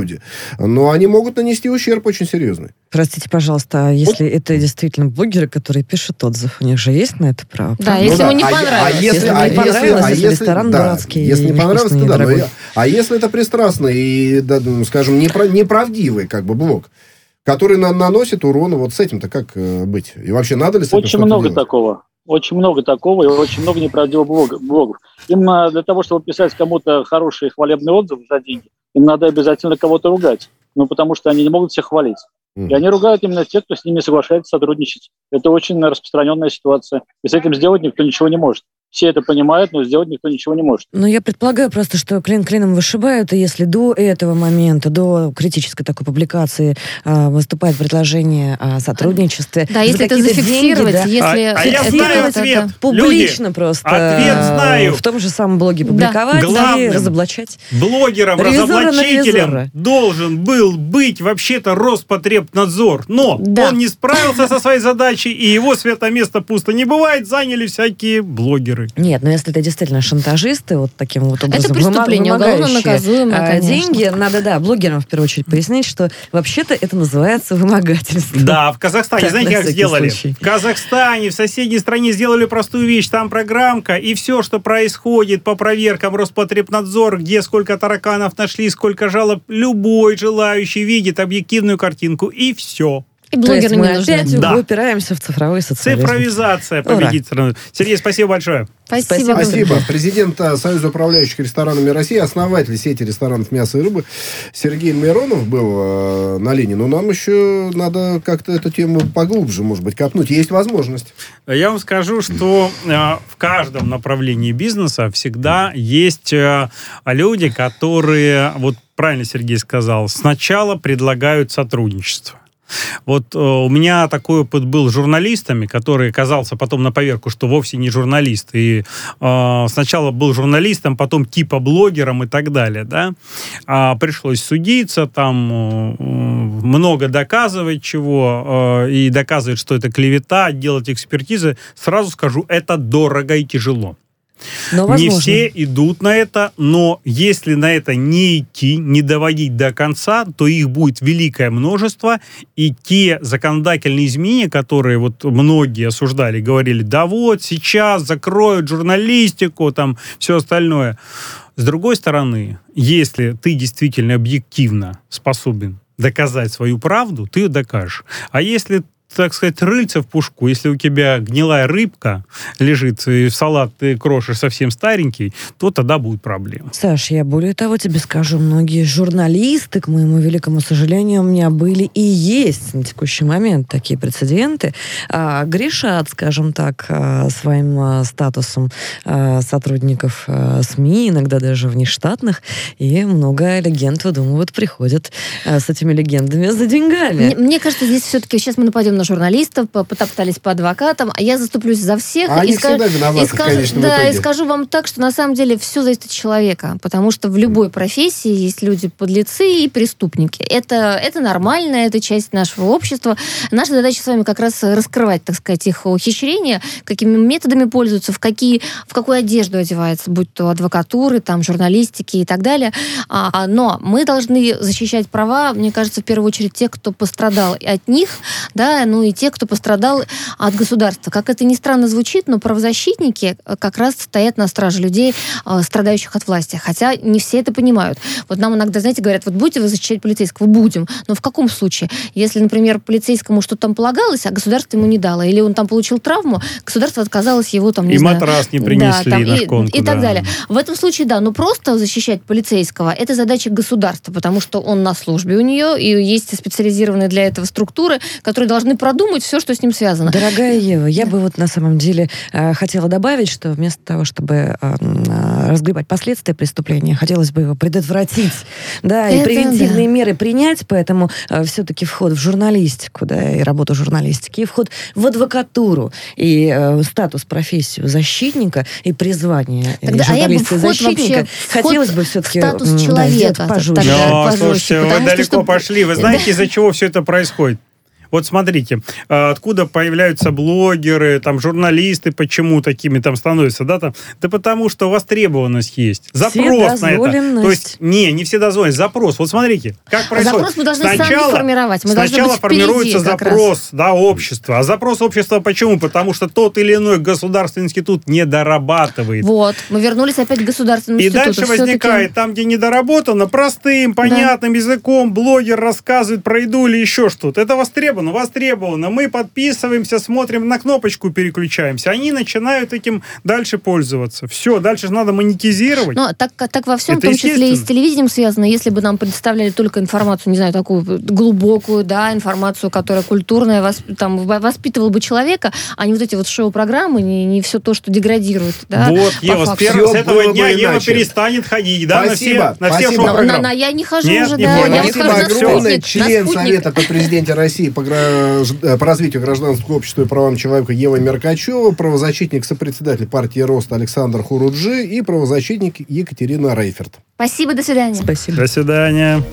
люди. Но они могут нанести ущерб очень серьезный. Простите, пожалуйста, а если это действительно блогеры, которые пишут отзыв, у них же есть на это право? Да, Ну если да, ему не а- понравилось. а если- Если а не понравилось, а если ресторан да, дурацкий если и не понравилось, то невкусный, да. но дорогой. я- а если это пристрастный и, да, ну, скажем, непра- неправдивый как бы блог, который на- наносит урон, вот с этим-то как э, быть? И вообще надо ли с этим Очень что-то много делать? такого. Очень много такого и очень много неправдивых блог- блогов. Именно для того, чтобы писать кому-то хороший хвалебный отзыв за деньги, им надо обязательно кого-то ругать. Ну, потому что они не могут всех хвалить. Мгм. И они ругают именно тех, кто с ними соглашается сотрудничать. Это очень распространенная ситуация. И с этим сделать никто ничего не может. Все это понимают, но сделать никто ничего не может. Ну, я предполагаю просто, что клин клином вышибают, и если до этого момента, до критической такой публикации а, выступает предложение о сотрудничестве... Да, за если это какие-то зафиксировать, деньги, да, если... А- а я это- знаю это- ответ. это- публично Люди, просто ответ а, знаю. в том же самом блоге Да. публиковать, да, и Главным. разоблачать. Блогером, Ревизора на разоблачителем ревизора. должен был быть вообще-то Роспотребнадзор. Но Да. он не справился со своей задачей, и его святое место пусто не бывает, заняли всякие блогеры. Нет, но если это действительно шантажисты, вот таким вот образом Это преступление, выма- уголовно вымогающие, наказуемое, а, конечно. деньги, надо, да, блогерам в первую очередь пояснить, что вообще-то это называется вымогательство. Да, в Казахстане, Так, знаете, на как всякий сделали? случай. В Казахстане, в соседней стране сделали простую вещь. Там программка, и все, что происходит по проверкам Роспотребнадзор, где сколько тараканов нашли, сколько жалоб, любой желающий видит объективную картинку, и все. И То есть блогеры мы не нужны. опять Да. упираемся в цифровой социализм. Цифровизация Ура. победит страну. Сергей, спасибо большое. Спасибо. Спасибо. Президент э, Союза управляющих ресторанами России, основатель сети ресторанов мяса и рыбы Сергей Миронов был э, на линии. Но нам еще надо как-то эту тему поглубже, может быть, копнуть. Есть возможность. Я вам скажу, что э, в каждом направлении бизнеса всегда есть э, люди, которые, вот правильно Сергей сказал, сначала предлагают сотрудничество. Вот э, у меня такой опыт был с журналистами, который оказался потом на поверку, что вовсе не журналист. И э, сначала был журналистом, потом типа блогером и так далее. Да? А пришлось судиться, там э, много доказывать чего, э, и доказывать, что это клевета, делать экспертизы. Сразу скажу, это дорого и тяжело. Но Не возможно. все идут на это, но если на это не идти, не доводить до конца, то их будет великое множество, и те законодательные изменения, которые вот многие осуждали, говорили, да вот, сейчас закроют журналистику, там, все остальное. С другой стороны, если ты действительно объективно способен доказать свою правду, ты ее докажешь. А если, так сказать, рыльце в пушку, если у тебя гнилая рыбка лежит, и в салат ты крошишь совсем старенький, то тогда будут проблемы. Саш, я более того тебе скажу, многие журналисты, к моему великому сожалению, у меня были и есть на текущий момент такие прецеденты, а, грешат, скажем так, а, своим а, статусом а, сотрудников а, СМИ, иногда даже внештатных, и много легенд выдумывают, приходят а, с этими легендами за деньгами. Мне, мне кажется, здесь все-таки сейчас мы нападем на журналистов, по- потоптались по адвокатам, а я заступлюсь за всех. А и они скажу- всегда виноваты и в скажу- конечном да, итоге. и скажу вам так, что на самом деле все зависит от человека, потому что в любой профессии есть люди-подлецы и преступники. Это, это нормально, это часть нашего общества. Наша задача с вами как раз раскрывать, так сказать, их ухищрения, какими методами пользуются, в, какие, в какую одежду одеваются, будь то адвокатуры, там, журналистики и так далее. А, а, но мы должны защищать права, мне кажется, в первую очередь тех, кто пострадал от них, да, ну и те, кто пострадал от государства. Как это ни странно звучит, но правозащитники как раз стоят на страже людей, э, страдающих от власти. Хотя не все это понимают. Вот нам иногда, знаете, говорят, вот будете вы защищать полицейского? Будем. Но в каком случае? Если, например, полицейскому что-то там полагалось, а государство ему не дало, или он там получил травму, государство отказалось его там, не И знаю... матрас не принесли да, там, на и, шконку. и так да. далее. В этом случае, да, но просто защищать полицейского – это задача государства, потому что он на службе у нее, и есть специализированные для этого структуры, которые должны продумать все, что с ним связано. Дорогая Ева, я бы вот на самом деле э, хотела добавить, что вместо того, чтобы э, э, разгребать последствия преступления, хотелось бы его предотвратить, да, и Это превентивные да. меры принять, поэтому э, все-таки вход в журналистику, да, и работу журналистики, и вход в адвокатуру, и э, статус, профессию защитника, и призвание э, Тогда, а я бы журналиста и вход защитника, вообще, вход хотелось бы в все-таки статус м, да, человека сделать пожестче. тогда. Но, пожестче, слушайте, вы потому что, далеко чтобы- пошли. Вы знаете, из-за чего все это происходит? Вот смотрите, откуда появляются блогеры, там, журналисты, почему такими там становятся, да, там? Да потому что востребованность есть. Запрос на это. То есть, не, не вседозволенность, запрос. Вот смотрите, как происходит. Запрос мы должны сначала, сами формировать. Мы сначала формируется запрос, да, общества. А запрос общества почему? Потому что тот или иной государственный институт не дорабатывает. Вот, мы вернулись опять к государственному и институту. И дальше возникает, все-таки... там, где недоработано, простым, понятным да. языком блогер рассказывает про еду или еще что-то. Это востребовано, востребовано. Мы подписываемся, смотрим на кнопочку, переключаемся. Они начинают этим дальше пользоваться. Все, дальше же надо монетизировать. Но так, так во всем, это в том числе и с телевидением связано. Если бы нам предоставляли только информацию, не знаю, такую глубокую, да, информацию, которая культурная, восп... там, воспитывала бы человека, а не вот эти вот шоу-программы, не, не все то, что деградирует. Да, вот, Ева, с, первого, с этого дня Ева перестанет ходить, да, спасибо, на все, на все шоу-программы. На, на, я не хожу Нет, уже, не да. не Я спасибо хожу огромное. На Член спутник. Совета при президенте России по, гражд... по развитию гражданского общества и правам человека Ева Меркачева, правозащитник, сопредседатель партии «Рост» Александр Хуруджи и правозащитник Екатерина Рейферт. Спасибо, до свидания. Спасибо. До свидания.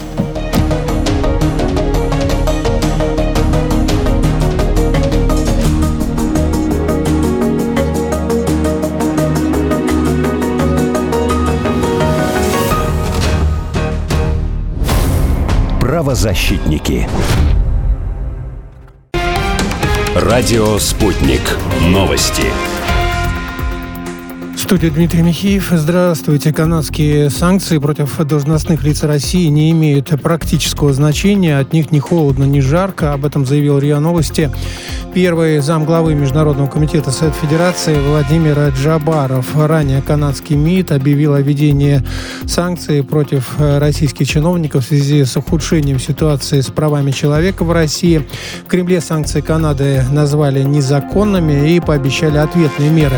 Правозащитники. Радио «Спутник». Новости. В студии Дмитрий Михеев. Здравствуйте. Канадские санкции против должностных лиц России не имеют практического значения. От них ни холодно, ни жарко. Об этом заявил РИА Новости первый замглавы Международного комитета Совета Федерации Владимир Джабаров. Ранее канадский МИД объявил о введении санкций против российских чиновников в связи с ухудшением ситуации с правами человека в России. В Кремле санкции Канады назвали незаконными и пообещали ответные меры.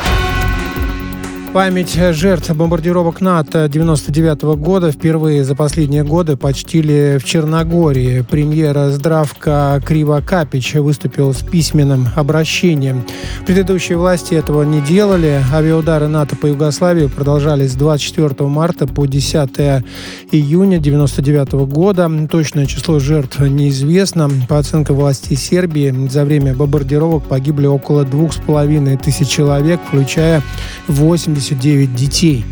Память жертв бомбардировок НАТО девяносто девятого года впервые за последние годы почтили в Черногории. Премьер Здравка Кривокапич выступил с письменным обращением. Предыдущие власти этого не делали. Авиаудары НАТО по Югославии продолжались с двадцать четвёртого марта по десятого июня девяносто девятого года. Точное число жертв неизвестно. По оценкам властей Сербии, за время бомбардировок погибли около двух с половиной тысяч человек, включая восемьдесят девять детей.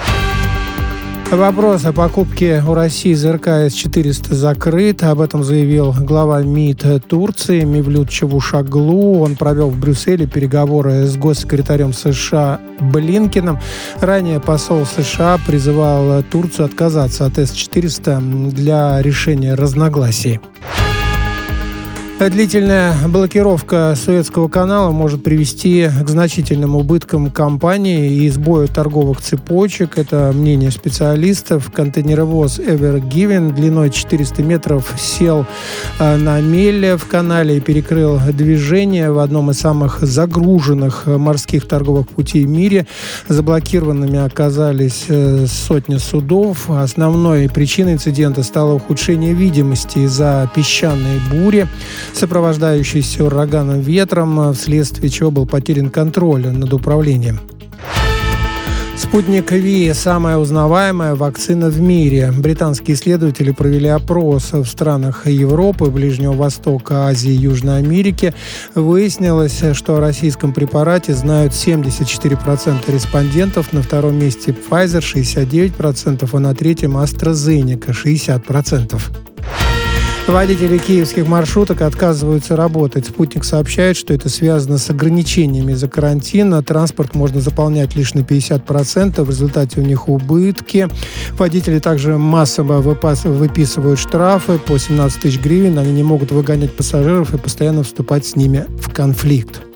Вопрос о покупке у России ЗРК С четыреста закрыт. Об этом заявил глава МИД Турции Мевлют Чавушоглу. Он провел в Брюсселе переговоры с госсекретарем США Блинкеном. Ранее посол США призывал Турцию отказаться от С четыреста для решения разногласий. Длительная блокировка Суэцкого канала может привести к значительным убыткам компании и сбою торговых цепочек. Это мнение специалистов. Контейнеровоз Ever Given длиной четыреста метров сел на мель в канале и перекрыл движение в одном из самых загруженных морских торговых путей в мире. Заблокированными оказались сотни судов. Основной причиной инцидента стало ухудшение видимости из-за песчаной бури, сопровождающийся ураганом ветром, вследствие чего был потерян контроль над управлением. Спутник Ви – самая узнаваемая вакцина в мире. Британские исследователи провели опрос в странах Европы, Ближнего Востока, Азии и Южной Америки. Выяснилось, что о российском препарате знают семьдесят четыре процента респондентов, на втором месте Pfizer – шестьдесят девять процентов, а на третьем AstraZeneca – шестьдесят процентов. Водители киевских маршруток отказываются работать. Спутник сообщает, что это связано с ограничениями из-за карантина. Транспорт можно заполнять лишь на пятьдесят процентов. В результате у них убытки. Водители также массово выписывают штрафы по семнадцать тысяч гривен. Они не могут выгонять пассажиров и постоянно вступать с ними в конфликт.